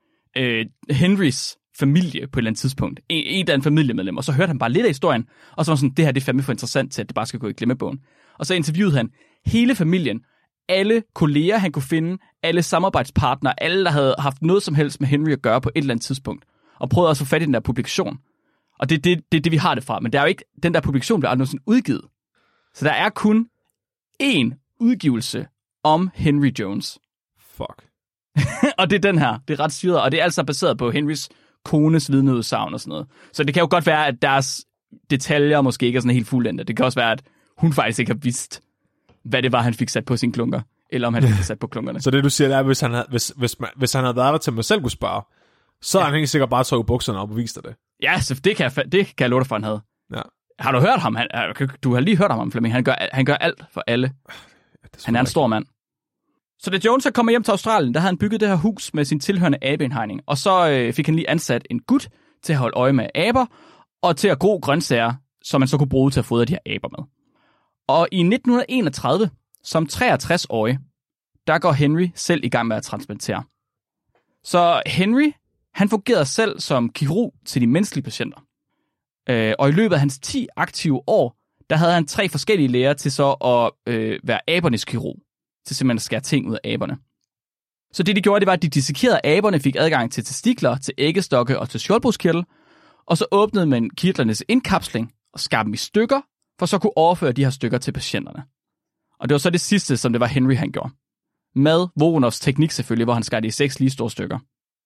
Henrys familie på et eller andet tidspunkt. En af en familiemedlem, og så hørte han bare lidt af historien, og så var sådan, det her det er fandme for interessant til, at det bare skal gå i glemmebogen. Og så interviewede han hele familien, alle kolleger, han kunne finde, alle samarbejdspartnere, alle, der havde haft noget som helst med Henry at gøre på et eller andet tidspunkt, og prøvede også at få fat i den der publikation. Og det er det, vi har det fra, men der er jo ikke, den der publikation bliver aldrig sådan udgivet. Så der er kun én udgivelse om Henry Jones. Fuck. Og det er den her. Det er ret syret, og det er altså baseret på Henrys kones vidneudsagn og sådan noget. Så det kan jo godt være, at deres detaljer måske ikke er sådan helt fuldendte. Det kan også være, at hun faktisk ikke har vidst, hvad det var, han fik sat på sine klunker, eller om han fik sat på klunkerne. Så det, du siger, det er, hvis han havde været der til mig selv kunne spørge, så havde han helt sikkert bare taget bukserne op og vist dig det. Ja, så det kan jeg love dig for, han havde. Ja. Har du hørt ham? Du har lige hørt ham, Flemming. Han gør alt for alle. Han er en stor mand. Så da Jones kommer hjem til Australien, der havde han bygget det her hus med sin tilhørende abeindhegning. Og så fik han lige ansat en gut til at holde øje med aber, og til at gro grøntsager, som man så kunne bruge til at fodre de her aber med. Og i 1931, som 63-årig, der går Henry selv i gang med at transplantere. Så Henry, han fungerede selv som kirurg til de menneskelige patienter. Og i løbet af hans 10 aktive år, der havde han 3 forskellige læger til så at være abernes kirurg, til simpelthen at skære ting ud af aberne. Så det de gjorde, det var, at de dissekerede aberne, fik adgang til testikler, til æggestokke og til skjoldbruskkirtel, og så åbnede man kirtlernes indkapsling og skar dem i stykker, for så kunne overføre de her stykker til patienterne. Og det var så det sidste, som det var Henry, han gjorde. Med Voronovs teknik selvfølgelig, hvor han skar det i 6 lige store stykker.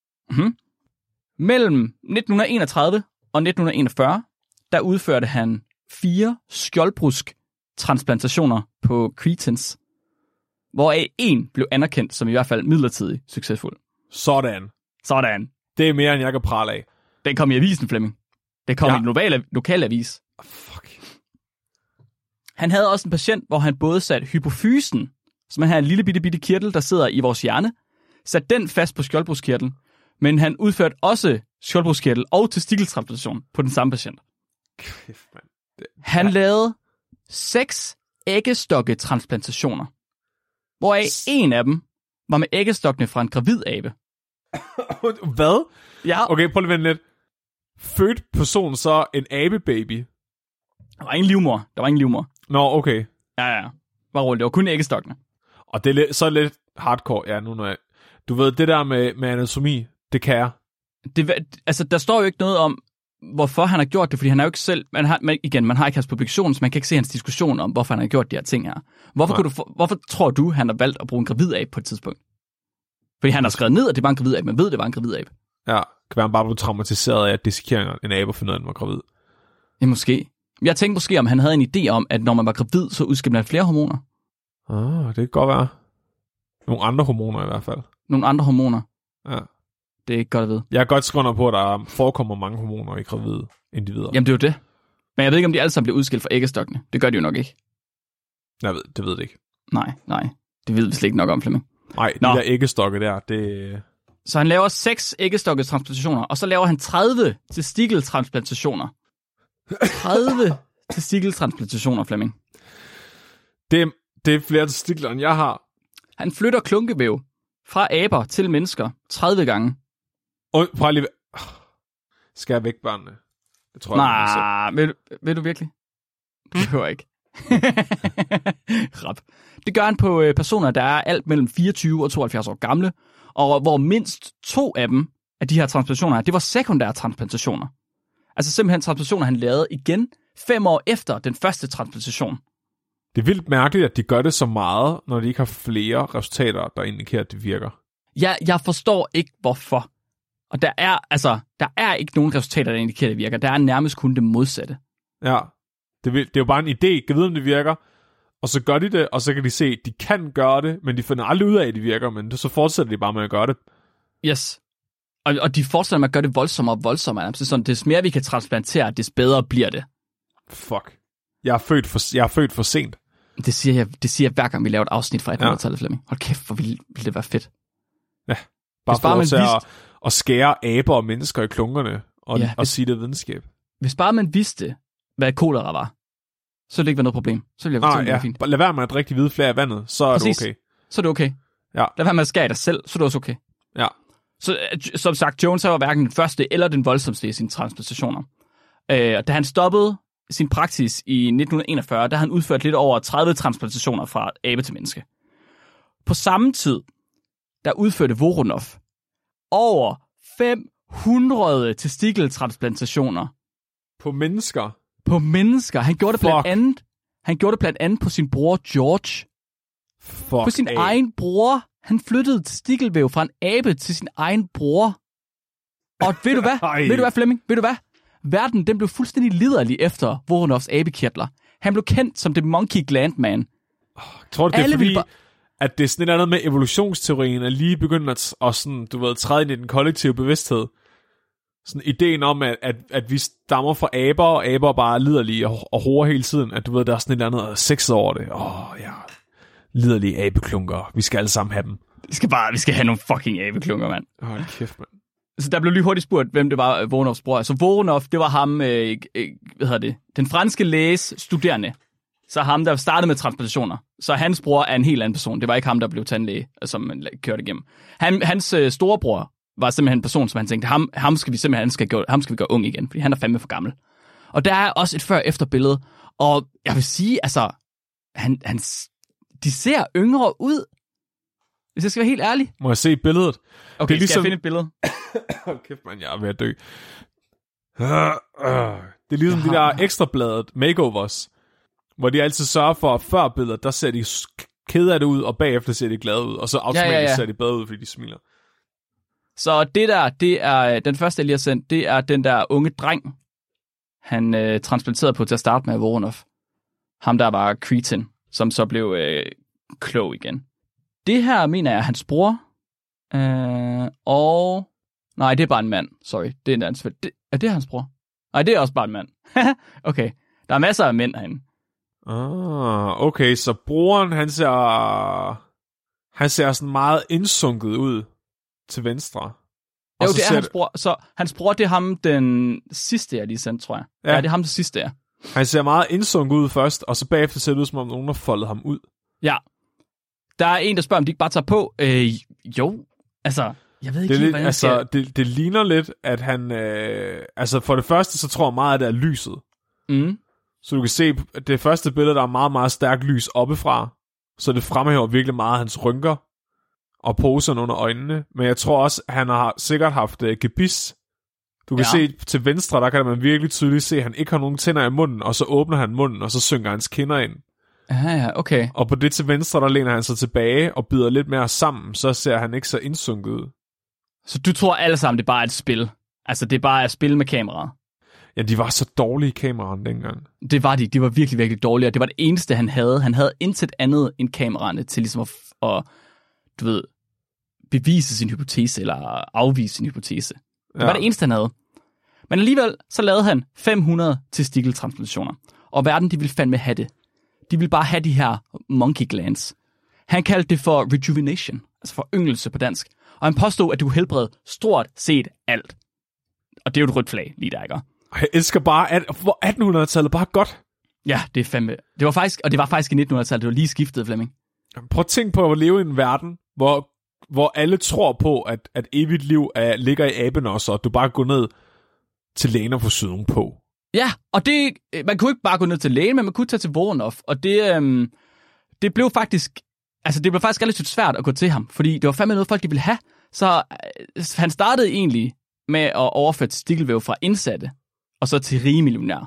Mellem 1931 og 1941, der udførte han 4 skjoldbrusk-transplantationer på Cretans, hvoraf 1 blev anerkendt som i hvert fald midlertidigt succesfuld. Sådan. Det er mere, end jeg kan prale af. Den kom i avisen, Flemming. Den kom i en lokal avis. Fuck. Han havde også en patient, hvor han både satte hypofysen, som er en lille bitte kirtel, der sidder i vores hjerne, satte den fast på skjoldbruskkirtlen, men han udførte også skjoldbruskkirtel og testikeltransplantation på den samme patient. Kæft, mand. Han lavede 6 æggestokke-transplantationer, hvoraf en af dem var med æggestokkene fra en gravid abe. Hvad? Ja. Okay, prøv lige at vente lidt. Født person så en abebaby? Der var ingen livmor. Nå, okay. Ja. Bare roligt, det var kun æggestokkene. Og det er så lidt hardcore, ja, nu når jeg... Du ved, det der med anatomi, det kan jeg. Altså, der står jo ikke noget om, hvorfor han har gjort det, fordi han er jo ikke selv... Man har ikke hans publikation, så man kan ikke se hans diskussion om, hvorfor han har gjort de her ting her. Hvorfor tror du, han har valgt at bruge en gravid abe på et tidspunkt? Fordi han har skrevet ned, at det var en gravid abe, man ved, det var en gravid abe. Ja, kan være, han bare blev traumatiseret af at dissekere en abe og finde ud af, at den var gravid. Ja, måske. Jeg tænkte måske, om han havde en idé om, at når man var gravid, så udskilte man flere hormoner. Det kan godt være. Nogle andre hormoner i hvert fald. Nogle andre hormoner. Ja. Det er ikke godt at vide. Jeg er godt skrevet på, at der forekommer mange hormoner i gravide individer. Jamen, det er jo det. Men jeg ved ikke, om de alle sammen bliver udskilt fra æggestokkene. Det gør de jo nok ikke. Det ved det ikke. Nej. Det ved vi slet ikke nok om, Flemming. Nej, de der æggestokke der, det... Så han laver 6 æggestokketransplantationer, og så laver han 30 testikeltransplantationer. 30 testikeltransplantationer, Flemming. Det er flere testikler, end jeg har. Han flytter klunkevæv fra aber til mennesker 30 gange. Prøv lige... Skal jeg væk børnene? Det tror jeg, vil du virkelig? Du behøver ikke. Rap. Det gør han på personer, der er alt mellem 24 og 72 år gamle, og hvor mindst 2 af dem, af de her transplantationer, det var sekundære transplantationer. Altså simpelthen transplantationer, han lavede igen 5 år efter den første transplantation. Det er vildt mærkeligt, at de gør det så meget, når de ikke har flere resultater, der indikerer, at det virker. Ja, jeg forstår ikke, hvorfor. Og der er ikke nogen resultater, der indikerer, at det virker. Der er nærmest kun det modsatte. Ja, det er jo bare en idé. Kan vide, om det virker. Og så gør de det, og så kan de se, at de kan gøre det, men de finder aldrig ud af, at det virker, men så fortsætter de bare med at gøre det. Yes. Og de fortsætter med at gøre det voldsommere og voldsommere. Så sådan, des mere vi kan transplantere, des bedre bliver det. Fuck. Jeg er født for sent. Det siger jeg hver gang, vi laver et afsnit fra 1800-tallet, Flemming. Hold kæft, hvor ville det være fedt. Ja, bare for at skære aber og mennesker i klunkerne og sige det videnskab. Hvis bare man vidste, hvad kolera var, så ville det ikke være noget problem. Så ville jeg fortælle, det fint. Lad være med at drikke de hvide flere af vandet, så er det okay. Så er det okay. Ja. Lad være med at skære dig selv, så er det også okay. Ja. Så som sagt, Jones var hverken den første eller den voldsomste i sine transplantationer. Da han stoppede sin praksis i 1941, der han udført lidt over 30 transplantationer fra abe til menneske. På samme tid, der udførte Voronov over 500 testikeltransplantationer. På mennesker? På mennesker. Han gjorde det blandt andet på sin bror George. På sin egen bror. Han flyttede testikelvæv fra en abe til sin egen bror. Og ved du hvad? Ved du hvad, Flemming? Ved du hvad? Verden, den blev fuldstændig liderlig efter Voronovs abekirtler. Han blev kendt som The Monkey Gland Man. Tror du, det er fordi, at det er sådan et andet med evolutionsteorien, er lige begyndt at sådan, du ved, træde ind i den kollektive bevidsthed? Sådan ideen om, at vi stammer fra aber, og aber bare er liderlige og horer hele tiden. At du ved, der er sådan et eller andet sex over det. Ja, liderlige abeklunker. Vi skal alle sammen have dem. Vi skal have nogle fucking abeklunker, mand. Hold kæft, mand. Så der blev lige hurtigt spurgt, hvem det var Voronovs bror. Så Voronov, det var ham, den franske læges studerende. Så ham, der startede med transplantationer. Så hans bror er en helt anden person. Det var ikke ham, der blev tandlæge, som man kørte igennem. Hans storebror var simpelthen en person, som han tænkte, ham skal vi gøre ung igen, fordi han er fandme for gammel. Og der er også et før-efter billede. Og jeg vil sige, altså, de ser yngre ud. Hvis jeg skal være helt ærlig. Må jeg se billedet? Okay, skal jeg finde et billede? Hold kæft, man, jeg er ved at dø. Det er ligesom de der ekstrabladet makeovers, hvor de altid sørger for, at før billedet, der ser de kede af det ud, og bagefter ser de glade ud, og så automatisk ser de bedre ud, fordi de smiler. Så det er den første, jeg lige har sendt, det er den der unge dreng, han transplanterede på til at starte med Voronov. Ham, der var cretin, som så blev klog igen. Det her, mener jeg, er hans bror. Nej, det er bare en mand. Sorry, det er en anden. Er det hans bror? Nej, det er også bare en mand. Okay, der er masser af mænd herinde. Okay, så broren, han ser sådan meget indsunket ud til venstre. Jo, det er hans bror. Så hans bror, det er ham den sidste, jeg lige sendte, tror jeg. Ja, det er ham den sidste, ja. Han ser meget indsunket ud først, og så bagefter ser det ud, som om nogen har foldet ham ud. Ja. Der er en, der spørger, om de ikke bare tager på. Jo, altså, jeg ved ikke det, helt, hvad jeg skal... det ligner lidt, at han... for det første, så tror jeg meget, at det er lyset. Mm. Så du kan se, det første billede, der er meget, meget stærkt lys oppefra. Så det fremhæver virkelig meget hans rynker og poserne under øjnene. Men jeg tror også, at han har sikkert haft gebis. Du kan se til venstre, der kan man virkelig tydeligt se, at han ikke har nogen tænder i munden, og så åbner han munden, og så synker hans kinder ind. Ja, okay. Og på det til venstre, der læner han sig tilbage og bider lidt mere sammen, så ser han ikke så indsunket ud. Så du tror alle sammen, det er bare et spil? Altså, det er bare at spille med kameraet? Ja, de var så dårlige kameraerne dengang. Det var de. De var virkelig, virkelig dårlige, og det var det eneste, han havde. Han havde intet andet end kameraerne til ligesom at du ved, bevise sin hypotese, eller afvise sin hypotese. Det var det eneste, han havde. Men alligevel, så lavede han 500 testikeltransplantationer. Og verden, de ville fandme have det. De ville bare have de her monkey glands. Han kaldte det for rejuvenation, altså for yngelse på dansk. Og han påstod, at du helbrede stort set alt. Og det er jo et rødt flag, lige der, ikke? Jeg elsker bare, at 1800-tallet bare godt. Ja, det er fandme. Det var faktisk i 1900-tallet, det var lige skiftet, Flemming. Prøv at tænke på at leve i en verden, hvor alle tror på, at evigt liv ligger i abenosser, og du bare går ned til lægen og får syden på. Ja, og det, man kunne ikke bare gå ned til lægen, men man kunne tage til Voronov, og det blev faktisk relativt svært at gå til ham, fordi det var fandme noget, folk de ville have. Så han startede egentlig med at overføre testikelvæv fra indsatte, og så til rige millionærer.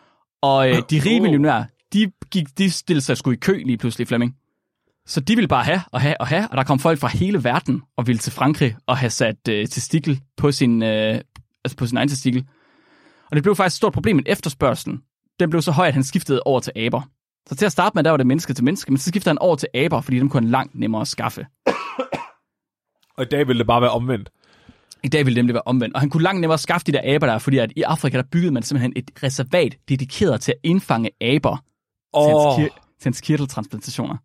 Og de rige millionærer, de stillede sig sgu i kø lige pludselig, Flemming. Så de ville bare have, og der kom folk fra hele verden og ville til Frankrig og have sat testikel på sin egen testikel. Og det blev faktisk et stort problem, men efterspørgselen, den blev så høj, at han skiftede over til aber. Så til at starte med, der var det menneske til menneske, men så skiftede han over til aber, fordi dem kunne han langt nemmere at skaffe. Og i dag ville det bare være omvendt. I dag ville det nemlig være omvendt. Og han kunne langt nemmere skaffe de der aber der, fordi at i Afrika, der byggede man simpelthen et reservat dedikeret til at indfange aber til hans kirteltransplantationer.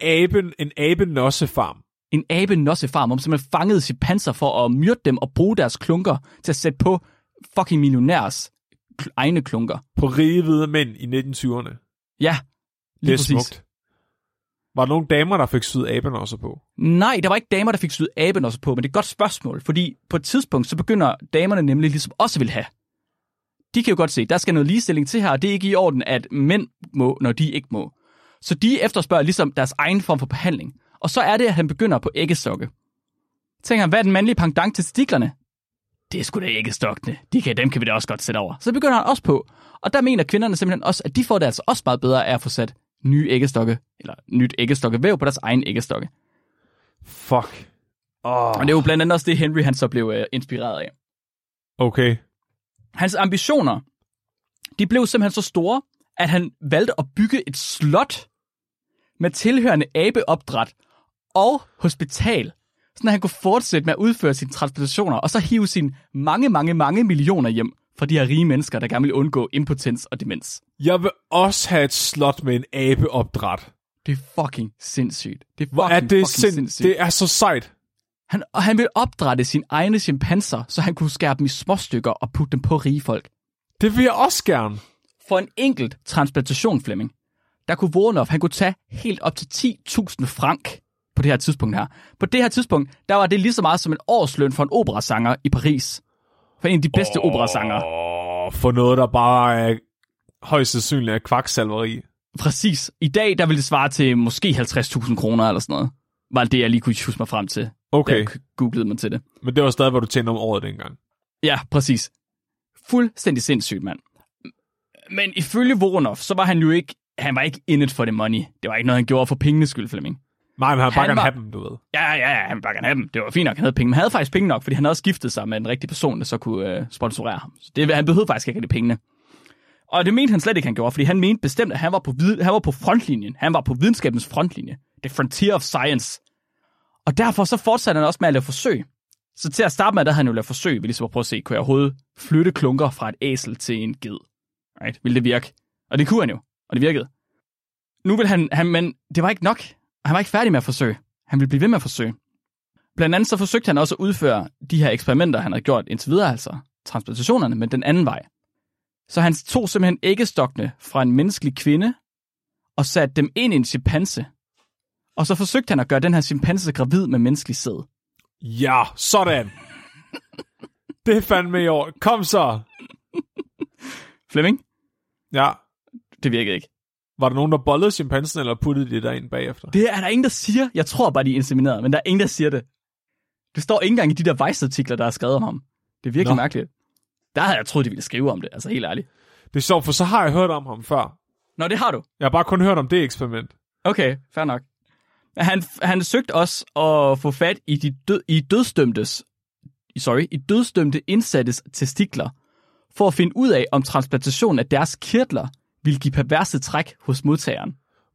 En abenossefarm. En abenossefarm, hvor man simpelthen fangede chimpanser for at myrde dem og bruge deres klunker til at sætte på fucking millionærs egne klunker. På rige hvide mænd i 1920'erne. Ja, lige præcis. Smukt. Var der nogle damer, der fik syet abenosser på? Nej, der var ikke damer, der fik syet abenosser på, men det er et godt spørgsmål, fordi på et tidspunkt, så begynder damerne nemlig ligesom også vil have. De kan jo godt se, der skal noget ligestilling til her, og det er ikke i orden, at mænd må, når de ikke må. Så de efterspørger ligesom deres egen form for behandling. Og så er det, at han begynder på æggestokke. Tænker han, hvad er den mandlige pendant til testiklerne? Det er sgu da æggestokkene. Dem kan vi da også godt sætte over. Så begynder han også på. Og der mener kvinderne simpelthen også, at de får det altså også meget bedre af at få sat nye æggestokke, eller nyt æggestokkevæv på deres egen æggestokke. Fuck. Og det er jo blandt andet også det, Henry han så blev inspireret af. Okay. Hans ambitioner, de blev simpelthen så store, at han valgte at bygge et slot med tilhørende abeopdræt og hospital, så han kunne fortsætte med at udføre sine transplantationer, og så hive sine mange millioner hjem fra de her rige mennesker, der gerne vil undgå impotens og demens. Jeg vil også have et slot med en abeopdræt. Det er fucking sindssygt. Hvor er det sindssygt? Det er så sejt. Han ville opdrætte sine egne chimpanser, så han kunne skære dem i småstykker og putte dem på rige folk. Det vil jeg også gerne. For en enkelt transplantation, Flemming, der kunne Voronov, han kunne tage helt op til 10.000 frank på det her tidspunkt her. På det her tidspunkt, der var det lige så meget som en årsløn for en operasanger i Paris. For en af de bedste operasanger. For noget, der bare er højst sandsynligt af kvaksalveri. Præcis. I dag, der ville det svare til måske 50.000 kroner eller sådan noget. Var det, jeg lige kunne huske mig frem til. Okay. Da jeg googlede mig til det. Men det var stadig, hvor du tjente om året dengang. Ja, præcis. Fuldstændig sindssygt, mand. Men ifølge Voronov, så var han var ikke in it for the money. Det var ikke noget, han gjorde for pengenes skyld, Flemming. Nej, men han bare gerne have dem, du ved. Ja, han bare gerne have dem. Det var fint nok, han havde penge. Men han havde faktisk penge nok, fordi han havde skiftet sig med en rigtig person, der så kunne sponsorere ham. Så han behøvede faktisk ikke de pengene. Og det mente han slet ikke, han gjorde, fordi han mente bestemt, at han var på frontlinjen. Han var på videnskabens frontlinje. The frontier of science. Og derfor så fortsatte han også med at lave forsøg. Så til at starte med, der havde han jo lavet forsøg, ved ligesom at prøve at se, kunne jeg overhovedet flytte klunker fra et æsel til en ged. Right? Ville det virke? Og det kunne han jo, og det virkede. Nu vil han, men det var ikke nok. Han var ikke færdig med at forsøge. Han ville blive ved med at forsøge. Blandt andet så forsøgte han også at udføre de her eksperimenter, han havde gjort indtil videre, altså transplantationerne, men den anden vej. Så han tog simpelthen æggestokkene fra en menneskelig kvinde, og satte dem ind i en chimpanse, Og så forsøgte han at gøre den her chimpanse gravid med menneskelig sæd. Ja, sådan. Det er fandme i år. Kom så. Flemming? Ja. Det virkede ikke. Var der nogen, der bollede chimpansen, eller puttede de derind bagefter? Det er der ingen, der siger. Jeg tror bare, de er inseminerede, men der er ingen, der siger det. Det står ikke engang i de der Vice-artikler, der er skrevet om ham. Det er virkelig mærkeligt. Der havde jeg troet, de ville skrive om det, altså helt ærligt. Det er sjovt, for så har jeg hørt om ham før. Nå, det har du. Jeg har bare kun hørt om det eksperiment. Okay, fair nok. Han søgte også at få fat i i dødsdømte indsattes testikler, for at finde ud af, om transplantation af deres kirtler ville give perverse træk hos modtageren.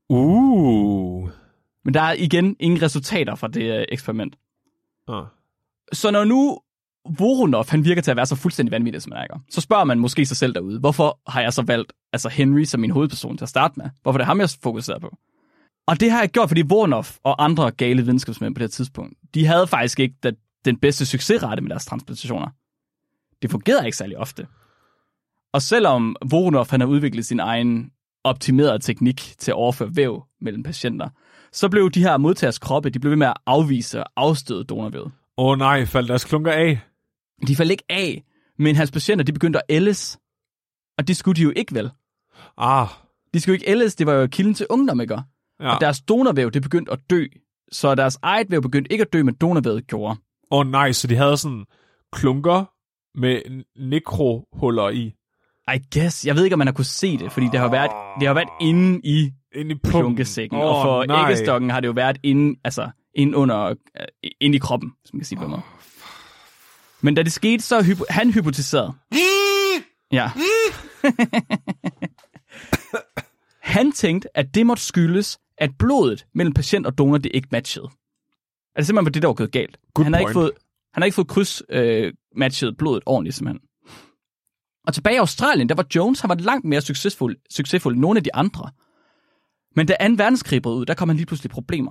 Men der er igen ingen resultater fra det eksperiment. Så når nu Voronov, han virker til at være så fuldstændig vanvittig, som han er, så spørger man måske sig selv derude, hvorfor har jeg så valgt Henry som min hovedperson til at starte med? Hvorfor er det ham, jeg fokuserer på? Og det har jeg gjort, fordi Voronov og andre gale videnskabsmænd på det tidspunkt, de havde faktisk ikke den bedste succesrate med deres transplantationer. Det fungerede ikke særlig ofte. Og selvom Voronov han har udviklet sin egen optimerede teknik til at overføre væv mellem patienter, så blev de her modtagers kroppe, de blev ved med at afvise og afstøde donorvævet. Nej, faldt deres klunker af? De faldt ikke af, men hans patienter, de begyndte at ældes. Og det skulle de jo ikke vel. De skulle ikke ældes, det var jo kilden til ungdom, ikke? Ja. Og deres donorvæv, det begyndte at dø. Så deres eget væv begyndte ikke at dø, men donorvævet gjorde. Nej, så de havde sådan klunker med nekrohuller i. I guess. Jeg ved ikke, om man har kunne se det, fordi det har været inde i klunkesækken. Og for æggestokken har det jo været inde i kroppen, som man kan sige på en måde. Men da det skete, så han hypotiserede. Ja. Han tænkte, at det måtte skyldes, at blodet mellem patient og donor, det ikke matchede. Er det simpelthen det, der var gået galt? Han har ikke fået krydsmatchet blodet ordentligt, simpelthen. Og tilbage i Australien, der var Jones, han var langt mere succesfuld end nogle af de andre. Men da 2. verdenskrig brød ud, der kom han lige pludselig problemer.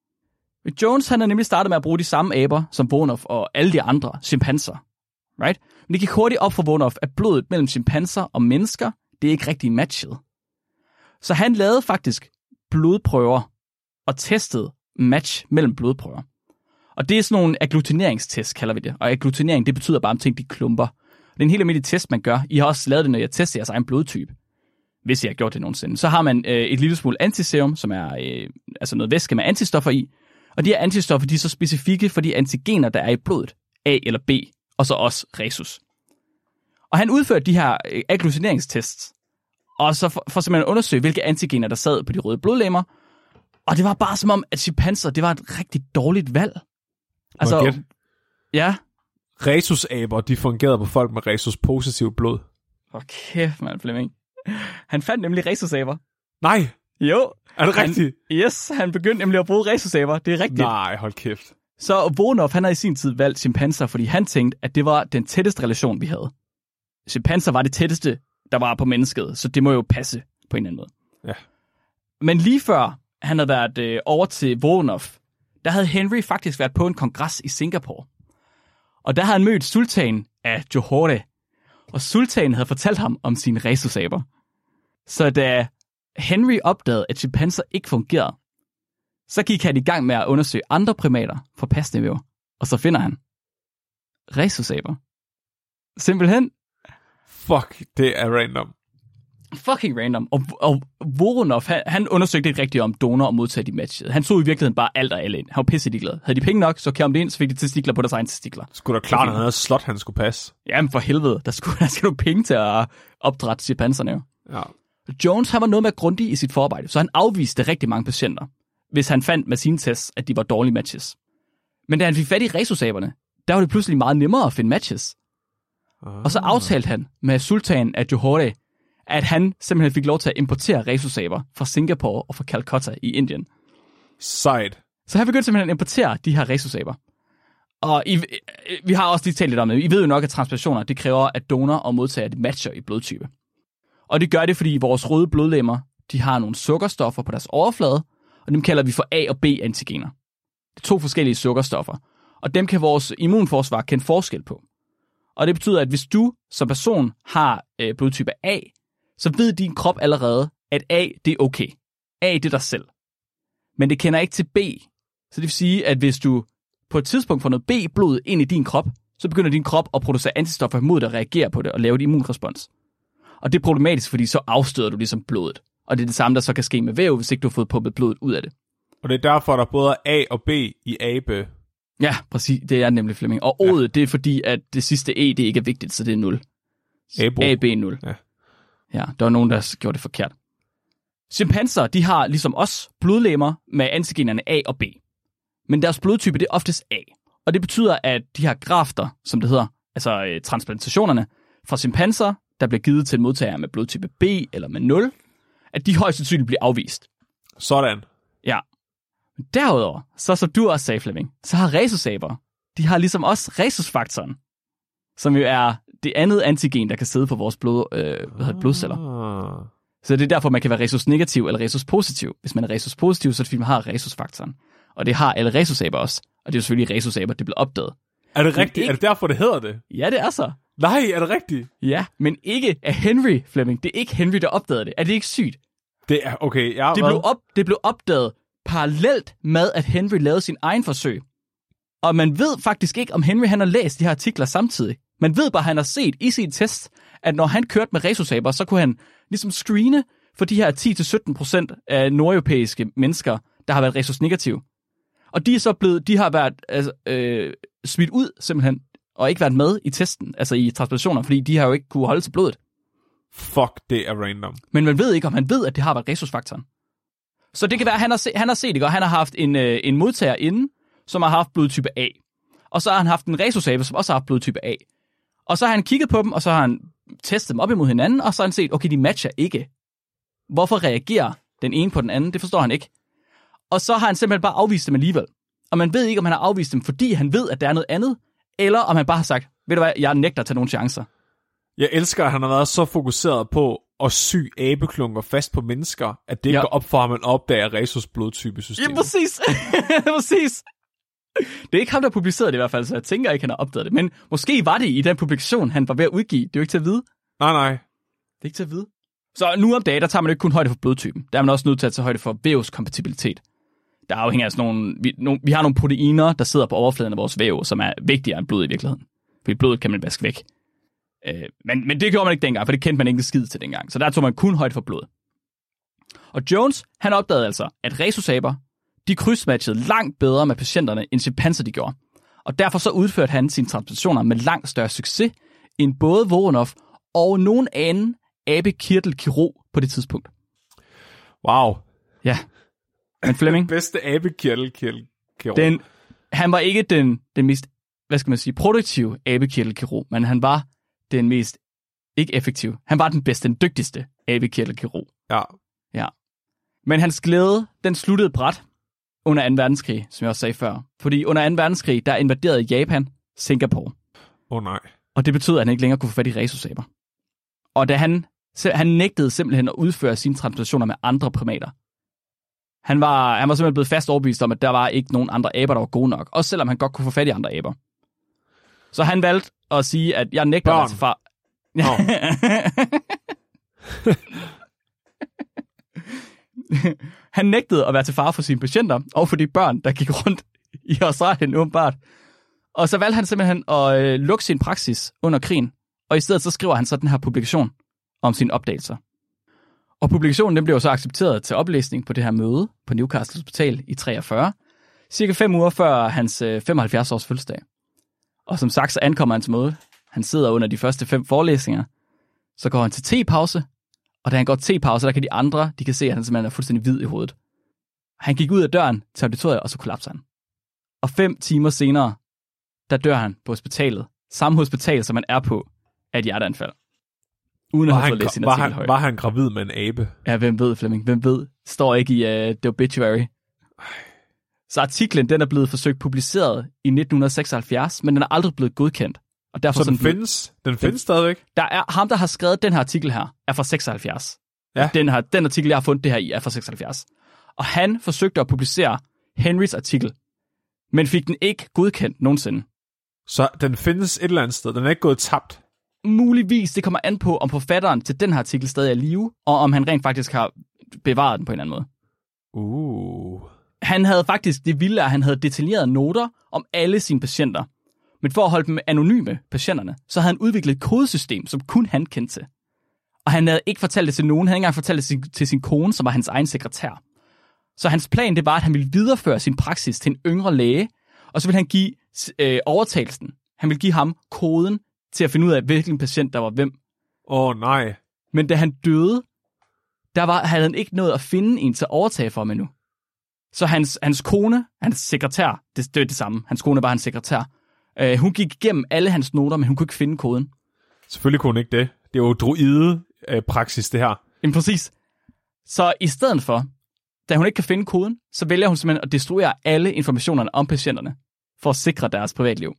Jones, han havde nemlig startet med at bruge de samme aber som Voronov og alle de andre chimpanser. Right? Men det gik hurtigt op for Voronov, at blodet mellem chimpanser og mennesker, det er ikke rigtig matchet. Så han lavede faktisk blodprøver og testede match mellem blodprøver. Og det er sådan nogle agglutineringstest, kalder vi det. Og agglutinering, det betyder bare, om ting de klumper. Det er en helt almindelig test, man gør. I har også lavet det, når jeg tester jeres egen blodtype. Hvis I har gjort det nogensinde. Så har man et lille smule antiserum, som er noget væske med antistoffer i. Og de her antistoffer, de er så specifikke for de antigener, der er i blodet. A eller B. Og så også rhesus. Og han udførte de her agglutineringstests. Og så for simpelthen at undersøge, hvilke antigener, der sad på de røde blodlegemer. Og det var bare som om, at chimpanser, det var et rigtig dårligt valg. Altså, ja. Rhesusaber, de fungerede på folk med rhesus-positiv blod. Kæft, mand, Flemming. Han fandt nemlig rhesusaber. Nej. Jo. Er det rigtigt? Yes, han begyndte nemlig at bruge rhesusaber. Det er rigtigt. Nej, hold kæft. Så Voronov, han har i sin tid valgt chimpanser, fordi han tænkte, at det var den tætteste relation, vi havde. Chimpanser var det tætteste, der var på mennesket, så det må jo passe på en eller anden måde. Ja. Men lige før han havde været over til Voronov, der havde Henry faktisk været på en kongres i Singapore. Og der havde han mødt sultanen af Johore, og sultanen havde fortalt ham om sine rhesusaber. Så da Henry opdagede, at chimpanser ikke fungerede, så gik han i gang med at undersøge andre primater for passende væv, og så finder han rhesusaber. Simpelthen. Fuck, det er random. Fucking random. Og Voronov, han undersøgte ikke rigtigt om donor og modtager de matchede. Han så i virkeligheden bare alt og alle ind. Han var pisse ligeglad. Havde de penge nok, så kom det ind, så fik de testikler på deres egne testikler. Skulle der klart noget slot, han skulle passe? Jamen for helvede. Der skal nogle penge til at opdrætte chimpanserne jo. Ja. Jones, han var noget mere grundig i sit forarbejde, så han afviste rigtig mange patienter, hvis han fandt med sine tests, at de var dårlige matches. Men da han fik fat i rhesusaberne, der var det pludselig meget nemmere at finde matches. Og så aftalte han med sultanen af Johore, at han simpelthen fik lov til at importere rhesusaber fra Singapore og fra Calcutta i Indien. Sejt. Så han begyndte simpelthen at importere de her rhesusaber. Og vi har også lige talt lidt om det. I ved jo nok, at transplantationer, det kræver, at donor og modtager de matcher i blodtype. Og det gør det, fordi vores røde blodlemmer, de har nogle sukkerstoffer på deres overflade, og dem kalder vi for A- og B-antigener. Det er 2 forskellige sukkerstoffer, og dem kan vores immunforsvar kende forskel på. Og det betyder, at hvis du som person har blodtype A, så ved din krop allerede, at A, det er okay. A, det er dig selv. men det kender ikke til B. Så det vil sige, at hvis du på et tidspunkt får noget B-blod ind i din krop, så begynder din krop at producere antistoffer imod dig, at reagere på det og lave et immunrespons. Og det er problematisk, fordi så afstøder du ligesom blodet. Og det er det samme, der så kan ske med væv, hvis ikke du har fået pumpet blodet ud af det. Og det er derfor, der både er A og B i abe. Ja, præcis. Det er nemlig, Flemming. Og O'et, det er fordi, at det sidste E, det ikke er vigtigt, så det er 0. A, B, 0. Ja, der var nogen, der gjorde det forkert. Chimpanser, de har ligesom os blodlegemer med antigenerne A og B. Men deres blodtype, det er oftest A. Og det betyder, at de har grafter, som det hedder, altså transplantationerne, fra chimpanser, der bliver givet til en modtager med blodtype B eller med 0, at de højst sandsynligt bliver afvist. Sådan. Ja. Derudover, så som du også sagde, Flemming, så har rhesusaber, de har ligesom også rhesusfaktoren, som jo er det andet antigen, der kan sidde på vores blodceller. Så det er derfor, man kan være rhesus-negativ eller rhesus-positiv. Hvis man er rhesus-positiv, så er det fordi, man har rhesusfaktoren. Og det har alle rhesusaber også. Og det er jo selvfølgelig rhesusaber, det blev opdaget. Er det rigtigt? Ikke... Er det derfor, det hedder det? Ja, det er så. Nej, er det rigtigt? Ja, men ikke af Henry, Flemming. Det er ikke Henry, der opdagede det. Er det ikke sygt? Det er, okay, ja. Det blev opdaget parallelt med, at Henry lavede sin egen forsøg. Og man ved faktisk ikke, om Henry han har læst de her artikler samtidig. Man ved bare, at han har set i sin test, at når han kørte med rhesusaber, så kunne han ligesom screene for de her 10-17% af nordeuropæiske mennesker, der har været rhesus-negative. Og de er så blevet, de har været smidt ud simpelthen, og ikke været med i testen, altså i transplantationer, fordi de har jo ikke kunne holde til blodet. Fuck, det er random. Men man ved ikke, om han ved, at det har været rhesusfaktoren. Så det kan være, at han har set det, og han har haft en modtager inden, som har haft blodtype A. Og så har han haft en rhesusabe, som også har haft blodtype A. Og så har han kigget på dem, og så har han testet dem op imod hinanden, og så har han set, okay, de matcher ikke. Hvorfor reagerer den ene på den anden? Det forstår han ikke. Og så har han simpelthen bare afvist dem alligevel. Og man ved ikke, om han har afvist dem, fordi han ved, at der er noget andet, eller om han bare har sagt, ved du hvad, jeg nægter at tage nogle chancer. Jeg elsker, at han har været så fokuseret på at sy abeklunker fast på mennesker, at det ikke går op for ham, at man opdager rhesus blodtypesystemet. Ja, præcis. Præcis. Det er ikke ham, der publicerede det i hvert fald, så jeg tænker ikke, han har opdaget det. Men måske var det i den publikation, han var ved at udgive. Det er jo ikke til at vide. Nej. Det er ikke til at vide. Så nu om dagen, der tager man ikke kun højde for blodtypen. Der er man også nødt til at tage højde for vævskompatibilitet. Der afhænger af sådan vi har nogle proteiner, der sidder på overfladen af vores væv, som er vigtigere end blod i virkeligheden. Fordi blodet kan man vaske væk. Men det gjorde man ikke dengang, for det kendte man ikke en skid til dengang. Så der tog man kun højde for blod. Og Jones, han opdagede altså, at rhesusaber, de krydsmatchede langt bedre med patienterne, end chimpanser de gjorde. Og derfor så udførte han sine transplantationer med langt større succes, end både Voronov og nogen anden abekirtelkirurg på det tidspunkt. Wow. Ja. Men Flemming... Den bedste abekirtelkirurg. Han var ikke den mest, hvad skal man sige, produktive abekirtelkirurg, men han var den mest ikke effektive. Han var den bedste, den dygtigste abekirtelkirurg. Ja. Men hans glæde, den sluttede brat under 2. verdenskrig, som jeg også sagde før. Fordi under 2. verdenskrig, der invaderede Japan Singapore. Nej. Og det betød, at han ikke længere kunne få fat i rhesusaber. Og da han nægtede simpelthen at udføre sine transplantationer med andre primater. Han var simpelthen blevet fast overbevist om, at der var ikke nogen andre aber, der var gode nok. Også selvom han godt kunne få fat i andre aber. Så han valgte at sige, at jeg nægter at til far. Han nægtede at være til fare for sine patienter, og for de børn, der gik rundt i Australien åbenbart. Og så valgte han simpelthen at lukke sin praksis under krigen, og i stedet så skriver han så den her publikation om sine opdagelser. Og publikationen den blev så accepteret til oplæsning på det her møde på Newcastle Hospital i 43, cirka 5 uger før hans 75-års fødselsdag. Og som sagt, så ankommer han til mødet. Han sidder under de første 5 forelæsninger. Så går han til tepause, og da han går til tepause, der kan de andre, de kan se, at han simpelthen er fuldstændig hvid i hovedet. Han gik ud af døren til auditoriet, og så kollapser han. Og 5 timer senere, der dør han på hospitalet. Samme hospital, som han er på, af et hjerteanfald. Uden at have fået læst sin artikel højt. Var han gravid med en abe? Ja, hvem ved, Flemming? Hvem ved? Står ikke i The Obituary. Så artiklen, den er blevet forsøgt publiceret i 1976, men den er aldrig blevet godkendt. Og derfor så den findes? Den findes stadigvæk? Der er ham, der har skrevet den her artikel her, er fra 76. Ja. Den artikel, jeg har fundet det her i, er fra 76. Og han forsøgte at publicere Henrys artikel, men fik den ikke godkendt nogensinde. Så den findes et eller andet sted? Den er ikke gået tabt? Muligvis. Det kommer an på, om forfatteren til den her artikel stadig er i live, og om han rent faktisk har bevaret den på en eller anden måde. Han havde faktisk det vilde, at han havde detaljerede noter om alle sine patienter. Men for at holde dem anonyme, patienterne, så havde han udviklet et kodesystem, som kun han kendte til. Og han havde ikke fortalt det til nogen. Han havde ikke engang fortalt det til sin kone, som var hans egen sekretær. Så hans plan, det var, at han ville videreføre sin praksis til en yngre læge, og så ville han give overtagelsen. Han ville give ham koden til at finde ud af, hvilken patient der var hvem. Nej. Men da han døde, havde han ikke nået at finde en til at overtage for ham endnu. Så hans kone, hans sekretær, det er det samme. Hans kone var hans sekretær. Hun gik igennem alle hans noter, men hun kunne ikke finde koden. Selvfølgelig kunne hun ikke det. Det er jo druide-praksis, det her. Jamen præcis. Så i stedet for, da hun ikke kan finde koden, så vælger hun simpelthen at destruere alle informationerne om patienterne, for at sikre deres privatliv.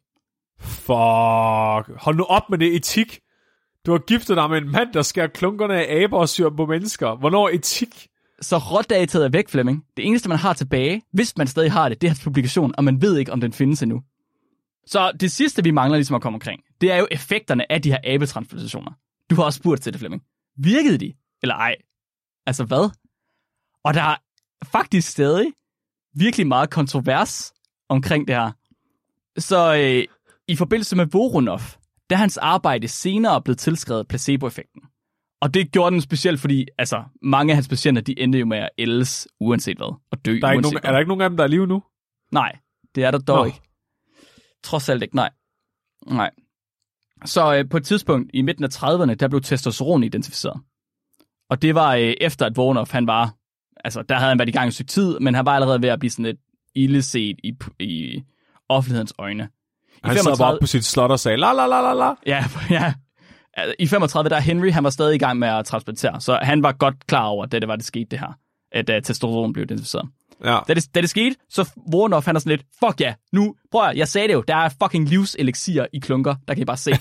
Fuck. Hold nu op med det etik. Du har giftet dig med en mand, der skærer klunkerne af aber og syr på mennesker. Hvornår etik? Så rådataet er væk, Flemming. Det eneste, man har tilbage, hvis man stadig har det, det er hans publikation, og man ved ikke, om den findes endnu. Så det sidste, vi mangler ligesom at komme omkring, det er jo effekterne af de her abetransplantationer. Du har også spurgt til det, Flemming. Virkede de? Eller ej? Altså hvad? Og der er faktisk stadig virkelig meget kontrovers omkring det her. Så i forbindelse med Voronov, der er hans arbejde senere blevet tilskrevet placeboeffekten. Og det gjorde den specielt, fordi altså, mange af hans patienter, de endte jo med at ældes uanset hvad, og dø er der ikke nogen af dem, der er i live nu? Nej, det er der dog ikke. Trods alt ikke, nej. Så på et tidspunkt i midten af 30'erne, der blev testosteron identificeret. Og det var efter, at Voronov, han var, altså der havde han været i gang i stykke tid, men han var allerede ved at blive sådan lidt illeset i offentlighedens øjne. Han sad bare op på sit slot og sagde, la la la la la. Ja. I 35, der Henry, han var stadig i gang med at transplantere, så han var godt klar over, da det skete det her, at testosteron blev identificeret. Ja. Da det skete, så Voronov, han er sådan lidt, fuck ja, nu, prøv at, jeg sagde det jo, der er fucking livselixier i klunker, der kan I bare se.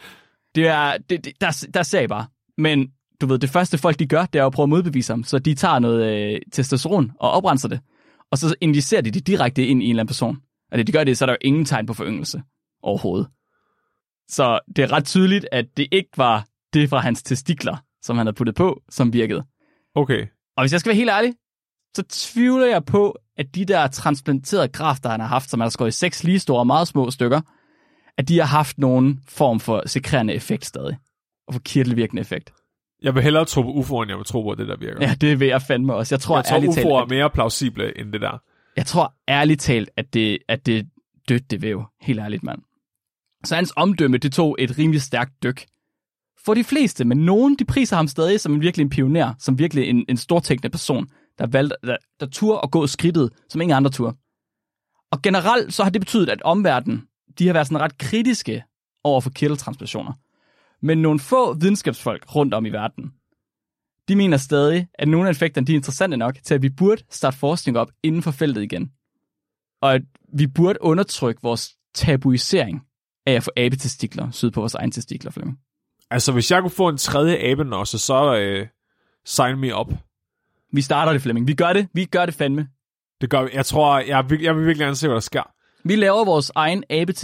Der ser I bare. Men du ved, det første folk, de gør, det er at prøve at modbevise ham, så de tager noget testosteron og oprenser det, og så injicerer de det direkte ind i en eller anden person. Og det de gør det, så er der jo ingen tegn på foryngelse overhovedet. Så det er ret tydeligt, at det ikke var det fra hans testikler, som han havde puttet på, som virkede. Okay. Og hvis jeg skal være helt ærlig, så tvivler jeg på, at de der transplanterede grafter, han har haft, som er skåret i 6 lige store og meget små stykker, at de har haft nogen form for sekrerende effekt stadig. Og for kirtelvirkende effekt. Jeg vil hellere tro på UFO'er, end jeg vil tro på, at det der virker. Ja, det vil jeg fandme også. Jeg tror UFO'er er mere plausible end det der. Jeg tror ærligt talt, at det døde det væv. Helt ærligt, mand. Så hans omdømme, det tog et rimelig stærkt dyk. For de fleste, men nogen, de priser ham stadig som virkelig en pioner, som virkelig en stortænkende person, der turde at gå skridtet, som ingen andre turde. Og generelt så har det betydet, at omverdenen, de har været sådan ret kritiske over for kirteltransplantationer. Men nogle få videnskabsfolk rundt om i verden, de mener stadig, at nogle af effekterne, de er interessante nok til, at vi burde starte forskning op inden for feltet igen. Og at vi burde undertrykke vores tabuisering af at få abetestikler syd på vores egen testikler, Flemming. Altså, hvis jeg kunne få en tredje abenosse, så sign me up. Vi starter det, Flemming. Vi gør det fandme. Det gør vi. Jeg tror, jeg vil virkelig gerne se, hvad der sker. Vi laver vores egen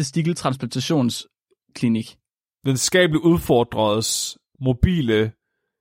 abetestikeltransplantationsklinik. Videnskabeligt udfordredes mobile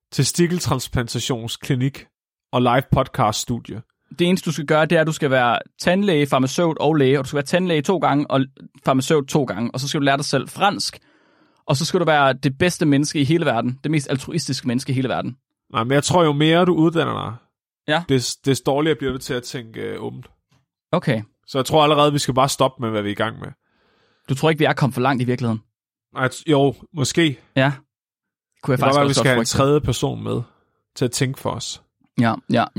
testikeltransplantationsklinik og live podcast studie. Det eneste, du skal gøre, det er, at du skal være tandlæge, farmaceut og læge, og du skal være tandlæge 2 gange og farmaceut 2 gange, og så skal du lære dig selv fransk, og så skal du være det bedste menneske i hele verden, det mest altruistiske menneske i hele verden. Nej, men jeg tror, jo mere du uddanner dig, ja, des dårligere bliver det til at tænke åbent. Okay. Så jeg tror allerede, vi skal bare stoppe med, hvad vi er i gang med. Du tror ikke, vi er kommet for langt i virkeligheden? Nej, jo, måske. Ja. Kunne jeg faktisk godt også vi skal have en frygte. tredje person med til at tænke for os. Ja.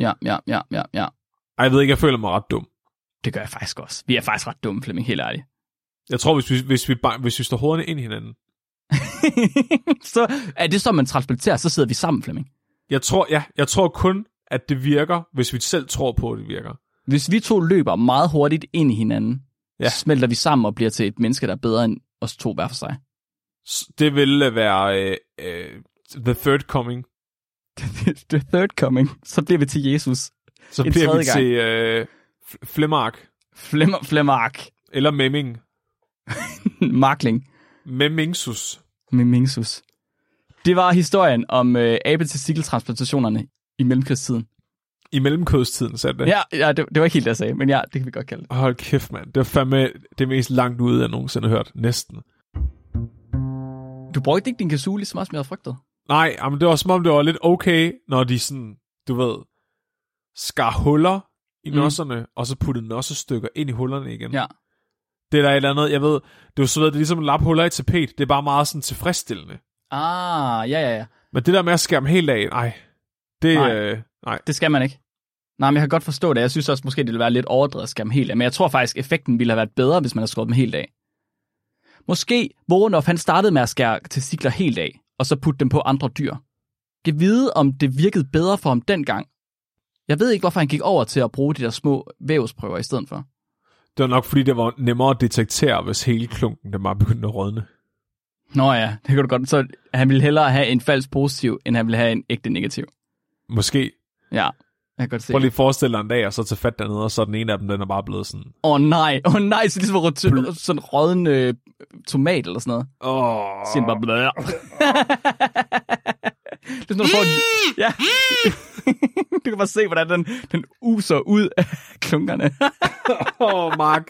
Ej, jeg ved ikke, jeg føler mig ret dum. Det gør jeg faktisk også. Vi er faktisk ret dumme, Flemming, helt ærligt. Jeg tror, hvis vi står hovederne ind i hinanden. Så er det så, man transplanterer, så sidder vi sammen, Flemming. Jeg tror kun, at det virker, hvis vi selv tror på, at det virker. Hvis vi 2 løber meget hurtigt ind i hinanden, så smelter vi sammen og bliver til et menneske, der er bedre end os 2 hver for sig. Det ville være the third coming. The third coming. Så bliver vi til Jesus. Så bliver vi til Flemmark. Flemmark. Eller Memming. Markling. Memmingsus. Det var historien om abetestikeltransplantationerne i mellemkrigstiden. I mellemkødstiden, sagde det. Ja, det var ikke helt det, jeg sagde, men ja, det kan vi godt kalde det. Hold kæft, mand. Det var fandme det mest langt ude, jeg nogensinde har hørt. Næsten. Du brugte ikke din kazoo lige så meget, som jeg havde frygtet. Nej, men det var som om, det var lidt okay, når de sådan, du ved, skar huller i nosserne, og så puttede nossestykker ind i hullerne igen. Ja. Det er der et eller andet, jeg ved, det er så ved, det er ligesom at lappe huller i tapet. Det er bare meget sådan tilfredsstillende. Ja. Men det der med at skære dem helt af, nej. Det skal man ikke. Nej, men jeg kan godt forstå det. Jeg synes også, måske det ville være lidt overdrevet at skære dem helt af. Men jeg tror faktisk, effekten ville have været bedre, hvis man havde skåret dem helt af. Måske Voronov, han startede med at skære testikler helt af, og så putte dem på andre dyr. Jeg vide, om det virkede bedre for ham dengang. Jeg ved ikke, hvorfor han gik over til at bruge de der små vævsprøver i stedet for. Det var nok, fordi det var nemmere at detektere, hvis hele klunken den bare begyndte at rådne. Nå ja, det kan du godt. Så han ville hellere have en falsk positiv, end han ville have en ægte negativ. Måske. Ja, jeg kan godt se. Prøv lige at forestille dig en dag, og så tage fat dernede, og så den ene af dem, den er bare blevet sådan... Nej, så ligesom sådan rådden tomat eller sådan noget. Så siger den bare... Det er sådan, du får... Ja. Du kan bare se, hvordan den user ud af klunkerne. Mark.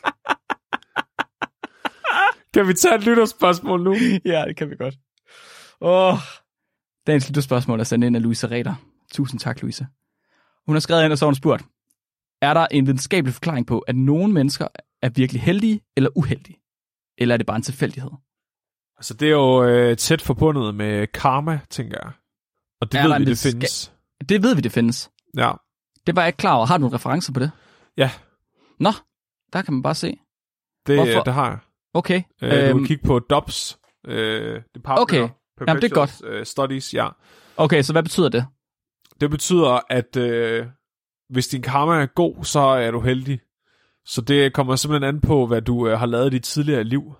Kan vi tage et lytterspørgsmål nu? Ja, det kan vi godt. Dagens lytterspørgsmål er sendt ind af Louise Reder. Tusind tak, Louise. Hun har skrevet ind, og så har hun spurgt, er der en videnskabelig forklaring på, at nogle mennesker er virkelig heldige eller uheldige? Eller er det bare en tilfældighed? Altså, det er jo tæt forbundet med karma, tænker jeg. Og det ved vi, det findes. Det ved vi, det findes. Ja. Det var jeg ikke klar over. Har du nogle referencer på det? Ja. Nå, der kan man bare se. Det har jeg. Okay. Du kan kigge på Dobbs. Okay, jamen det er godt. Studies, ja. Okay, så hvad betyder det? Det betyder, at hvis din karma er god, så er du heldig. Så det kommer simpelthen an på, hvad du har lavet i dit tidligere liv.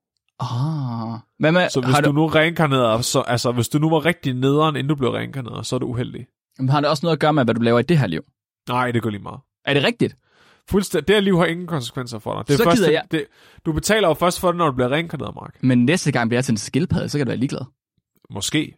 Så hvis du nu reinkarnerede, hvis du nu var rigtig nederen, inden du blev reinkarneret, så er du uheldig. Men har det også noget at gøre med, hvad du laver i det her liv? Nej, det går lige meget. Er det rigtigt? Fuldstændig. Det her liv har ingen konsekvenser for dig. Det er så gider jeg. Du betaler jo først for det, når du bliver reinkarneret, Mark. Men næste gang bliver jeg til en skildpadde, så kan du være ligeglad. Måske.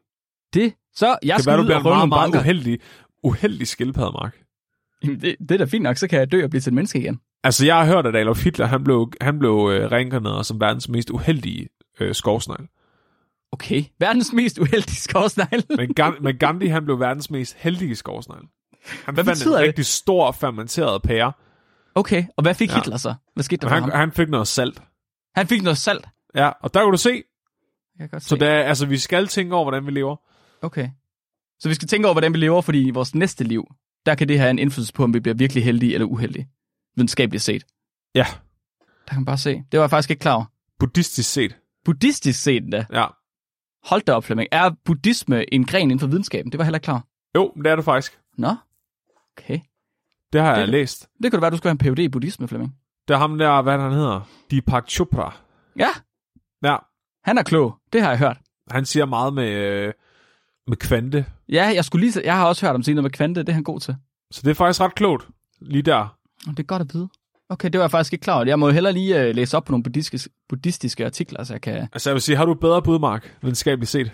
Så jeg skal ud og røve meget uheldig skildpadde, Mark. Det er da fint nok, så kan jeg dø og blive til et menneske igen. Altså, jeg har hørt, at Adolf Hitler, han blev reinkarneret som verdens mest uheldige skovsnegl. Okay, verdens mest uheldige skovsnegl. Men Gandhi, han blev verdens mest heldige skovsnegl. Han fandt en rigtig stor fermenteret pære. Okay, og hvad fik Hitler så? Hvad skete der for ham? Han fik noget salt. Han fik noget salt? Ja, og der kan du se. Jeg kan godt så se. Vi skal tænke over, hvordan vi lever. Okay. Så vi skal tænke over, hvordan vi lever, fordi i vores næste liv, der kan det have en indflydelse på, om vi bliver virkelig heldige eller uheldige. Videnskabeligt set. Ja. Der kan man bare se. Det var jeg faktisk ikke klar over. Buddhistisk set. Buddhistisk set da? Ja. Hold da op, Flemming. Er buddhisme en gren inden for videnskaben? Det var heller ikke klar. Jo, det er det faktisk. Nå. Okay. Det har jeg læst. Det kunne da være, du skulle have en Ph.D. i buddhisme, Flemming. Det er ham der, hvad han hedder? Deepak Chopra. Ja. Ja. Han er klog. Det har jeg hørt. Han siger meget med kvante. Ja, jeg har også hørt om sige noget med kvante. Det er han god til. Så det er faktisk ret klogt. Lige der. Det er godt at vide. Okay, det var jeg faktisk ikke klar over. Jeg må hellere lige læse op på nogle buddhistiske artikler, så jeg kan... Altså jeg vil sige, har du et bedre bud, Mark, videnskabeligt set?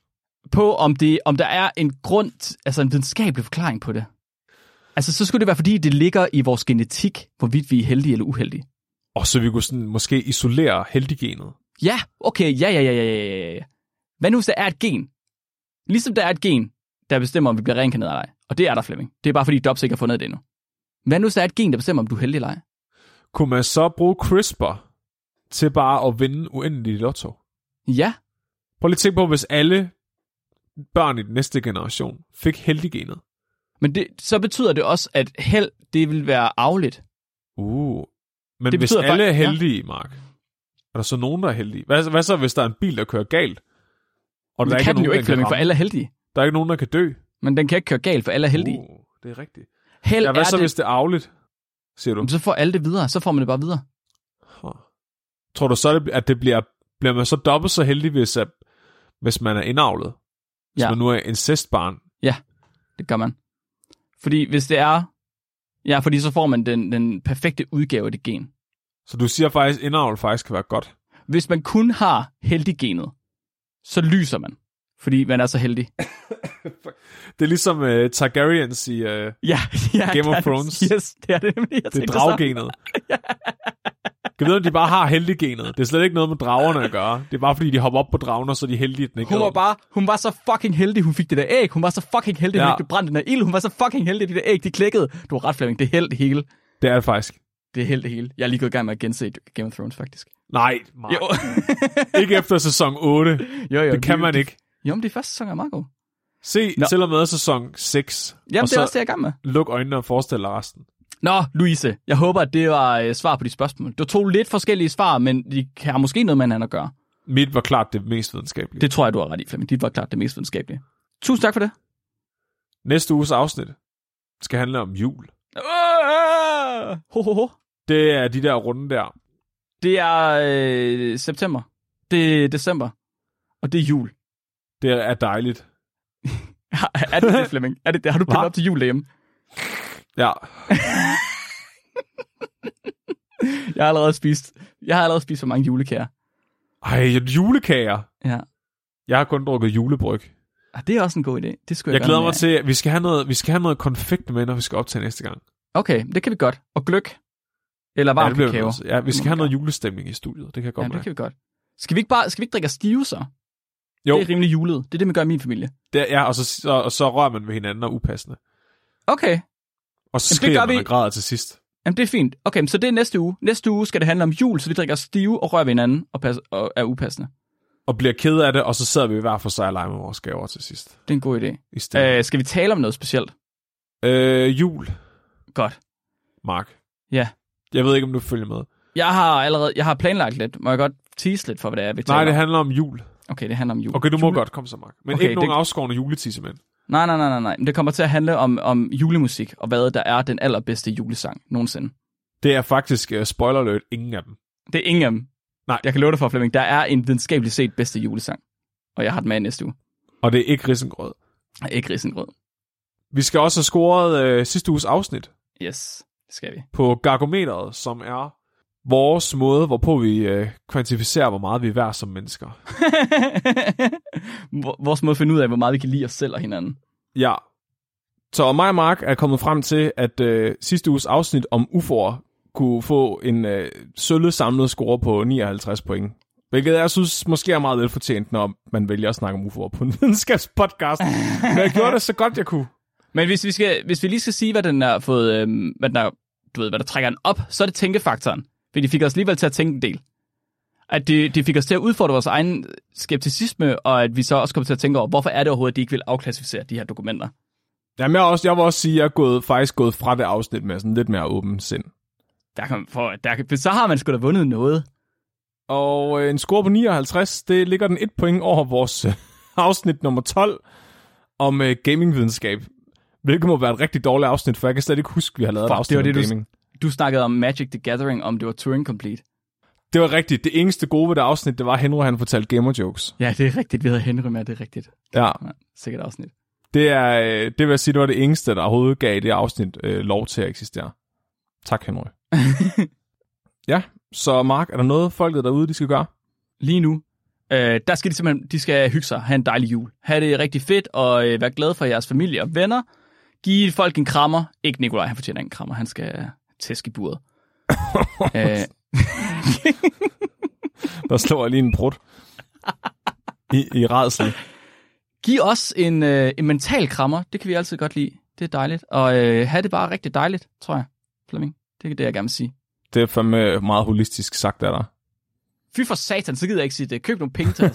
På om der er en grund, altså en videnskabelig forklaring på det. Altså så skulle det være, fordi det ligger i vores genetik, hvorvidt vi er heldige eller uheldige. Og så vi kunne sådan måske isolere heldiggenet. Ja, okay, ja. Hvad nu hvis der er et gen? Ligesom der er et gen, der bestemmer, om vi bliver reinkarneret eller ej. Og det er der, Flemming. Det er bare fordi Dobbs ikke har fundet det endnu. Hvad nu hvis der er et gen, der bestemmer, om du er heldig eller ej? Kunne man så bruge CRISPR til bare at vinde uendeligt i lotto? Ja. Prøv lige at tænke på, hvis alle børn i den næste generation fik heldiggenet. Men så betyder det også, at held, det vil være arveligt. Men hvis alle er heldige, Mark, er der så nogen, der er heldige? Hvad så, hvis der er en bil, der kører galt? Og det kan den jo ikke, Flemming, for alle er heldige. Der er ikke nogen, der kan dø. Men den kan ikke køre galt, for alle er heldige. Det er rigtigt. Held hvad så, hvis det er arveligt, siger du? Så får alle det videre. Så får man det bare videre. Tror du så, at det bliver man så dobbelt så heldig, hvis man er indavlet? Hvis man nu er incestbarn? Ja, det gør man. Fordi hvis det er... Ja, fordi så får man den perfekte udgave af det gen. Så du siger faktisk, at indavl faktisk kan være godt? Hvis man kun har heldiggenet, så lyser man. fordi man er så heldig. Det er ligesom Targaryens i Game of Thrones. Yes, det er det nemlig. Det er draggenet. Jeg ved, om de bare har heldiggenet. Det er slet ikke noget med dragerne at gøre. Det er bare fordi, de hopper op på dragen, og så er de heldige, at den ikke hun var så fucking heldig, hun fik det der æg. Hun var så fucking heldig, hun ikke brændte den der ild. Hun var så fucking heldig, de der æg, de klikkede. Du har ret, Flemming. Det er held det hele. Det er det faktisk. Det er held det hele. Jeg er lige gået i gang med at gense Game of Thrones, faktisk. Nej, ikke efter sæson 8. Jo, det kan man ikke. Jo, men det første sæson er meget god. Se til og med sæson 6. Jamen, det er også det, jeg er i gang med. Luk øjnene og forestil dig resten. Nå, Louise, jeg håber, at det var svar på de spørgsmål. Du tog lidt forskellige svar, men de har måske noget med hinanden at gøre. Mit var klart det mest videnskabelige. Det tror jeg, du har ret i, Flemming. Dit var klart det mest videnskabelige. Tusind tak for det. Næste uges afsnit skal handle om jul. Ho. Det er de der runde der. Det er september. Det er december. Og det er jul. Det er dejligt. Er det Flemming? Er det det? Har du pillet op til jul derhjemme? Ja. Jeg har allerede spist for mange julekager. Ej, julekager. Ja. Jeg har kun drukket julebryg. Det er også en god idé. Det skulle jeg glæder mig til, at vi skal have noget konfekt med, når vi skal optage næste gang. Okay, det kan vi godt. Og gløgg. Eller varm kakao. Ja, vi skal have noget julestemning i studiet. Det kan godt. Ja, det kan vi godt. Skal vi ikke drikke stive så? Jo. Det er rimelig julet. Det er det, man gør i min familie. Og så rører man ved hinanden og upassende. Okay. Og så skriger man og græder til sidst. Jamen, det er fint. Okay, så det er næste uge. Næste uge skal det handle om jul, så vi drikker stive og rører ved hinanden og er upassende. Og bliver ked af det, og så sidder vi i hver for sig og leger med vores gaver til sidst. Det er en god idé. Skal vi tale om noget specielt? Jul. Godt. Mark. Ja. Jeg ved ikke, om du følger med. Jeg har planlagt lidt. Må jeg godt tease lidt for, hvad det er, vi taler om? Nej, det handler om jul. Okay, det handler om jul. Okay, du må godt komme så, Mark. Men okay, ikke nogen afskårende juletissemænd. Nej. Det kommer til at handle om julemusik, og hvad der er den allerbedste julesang nogensinde. Det er faktisk, spoiler alert, ingen af dem. Det er ingen af dem. Nej. Jeg kan love dig for, Flemming, der er en videnskabeligt set bedste julesang. Og jeg har den med næste uge. Og det er ikke risengrød. Ikke risengrød. Vi skal også have scoret sidste uges afsnit. Yes, det skal vi. På Gargometeret, som er vores måde, hvorpå vi kvantificerer, hvor meget vi er værd som mennesker. Vores måde at finde ud af, hvor meget vi kan lide os selv og hinanden. Ja. Så mig og Mark er kommet frem til, at sidste uges afsnit om UFO'er kunne få en sølvet samlet score på 59 point. Hvilket jeg synes måske er meget velfortjent, når man vælger at snakke om UFO'er på en videnskabspodcast. Men jeg gjorde det så godt, jeg kunne. Men hvis vi lige skal sige, hvad den har fået, hvad der trækker den op, så er det tænkefaktoren. For de fik os alligevel til at tænke en del. At de fik os til at udfordre vores egen skepticisme, og at vi så også kom til at tænke over, hvorfor er det overhovedet, at de ikke vil afklassificere de her dokumenter. Jamen, jeg vil også sige, at jeg er faktisk gået fra det afsnit med sådan lidt mere åben sind. Så har man sgu da vundet noget. Og en score på 59, det ligger den 1 point over vores afsnit nummer 12 om gamingvidenskab. Hvilket må være et rigtig dårligt afsnit, for jeg kan slet ikke huske, vi har lavet et afsnit om gaming. Du snakkede om Magic the Gathering, om det var Turing Complete. Det var rigtigt. Det eneste gode ved det afsnit, det var, at Henry han fortalte gamer jokes. Ja, det er rigtigt. Vi havde Henry med, det er rigtigt. Ja. Sikkert afsnit. Det vil jeg sige, det var det eneste, der overhovedet gav det afsnit lov til at eksistere. Tak, Henry. Ja, så Mark, er der noget folket derude, de skal gøre? Lige nu, der skal de skal hygge sig, have en dejlig jul. Ha' det rigtig fedt, og være glade for jeres familie og venner. Giv folk en krammer. Ikke Nikolaj, han fortjener en krammer. Han skal tæske i buret. Der slår jeg lige en brud i rædsel. Giv os en mental krammer. Det kan vi altid godt lide. Det er dejligt. Og have det bare rigtig dejligt, tror jeg, Flemming. Det er det, jeg gerne vil sige. Det er fandme meget holistisk sagt af dig. Fy for satan, så gider jeg ikke sige det. Køb nogle penge til os.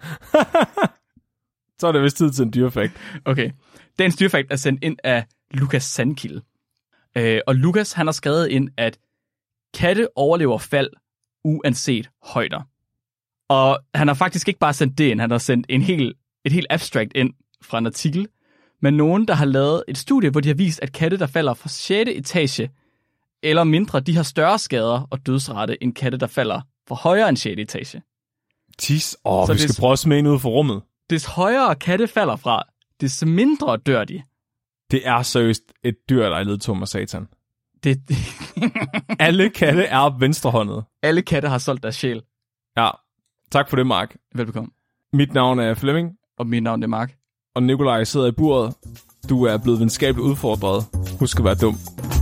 Så er det vist tid til en dyrefakt. Okay. Dagens dyrefakt er sendt ind af Lukas Sandkilde. Og Lukas, han har skrevet ind, at katte overlever fald uanset højder. Og han har faktisk ikke bare sendt det ind, han har sendt et helt abstract ind fra en artikel, med nogen, der har lavet et studie, hvor de har vist, at katte, der falder fra 6. etage eller mindre, de har større skader og dødsrate end katte, der falder fra højere end 6. etage. Tis, vi skal prøve at smage ud for rummet. Des højere katte falder fra, des mindre dør de. Det er seriøst et dyr, der er ledtum af satan. Alle katte er venstrehåndede. Alle katte har solgt deres sjæl. Ja, tak for det, Mark. Velbekomme. Mit navn er Flemming. Og mit navn er Mark. Og Nikolaj sidder i buret. Du er blevet videnskabeligt udfordret. Husk at være dum.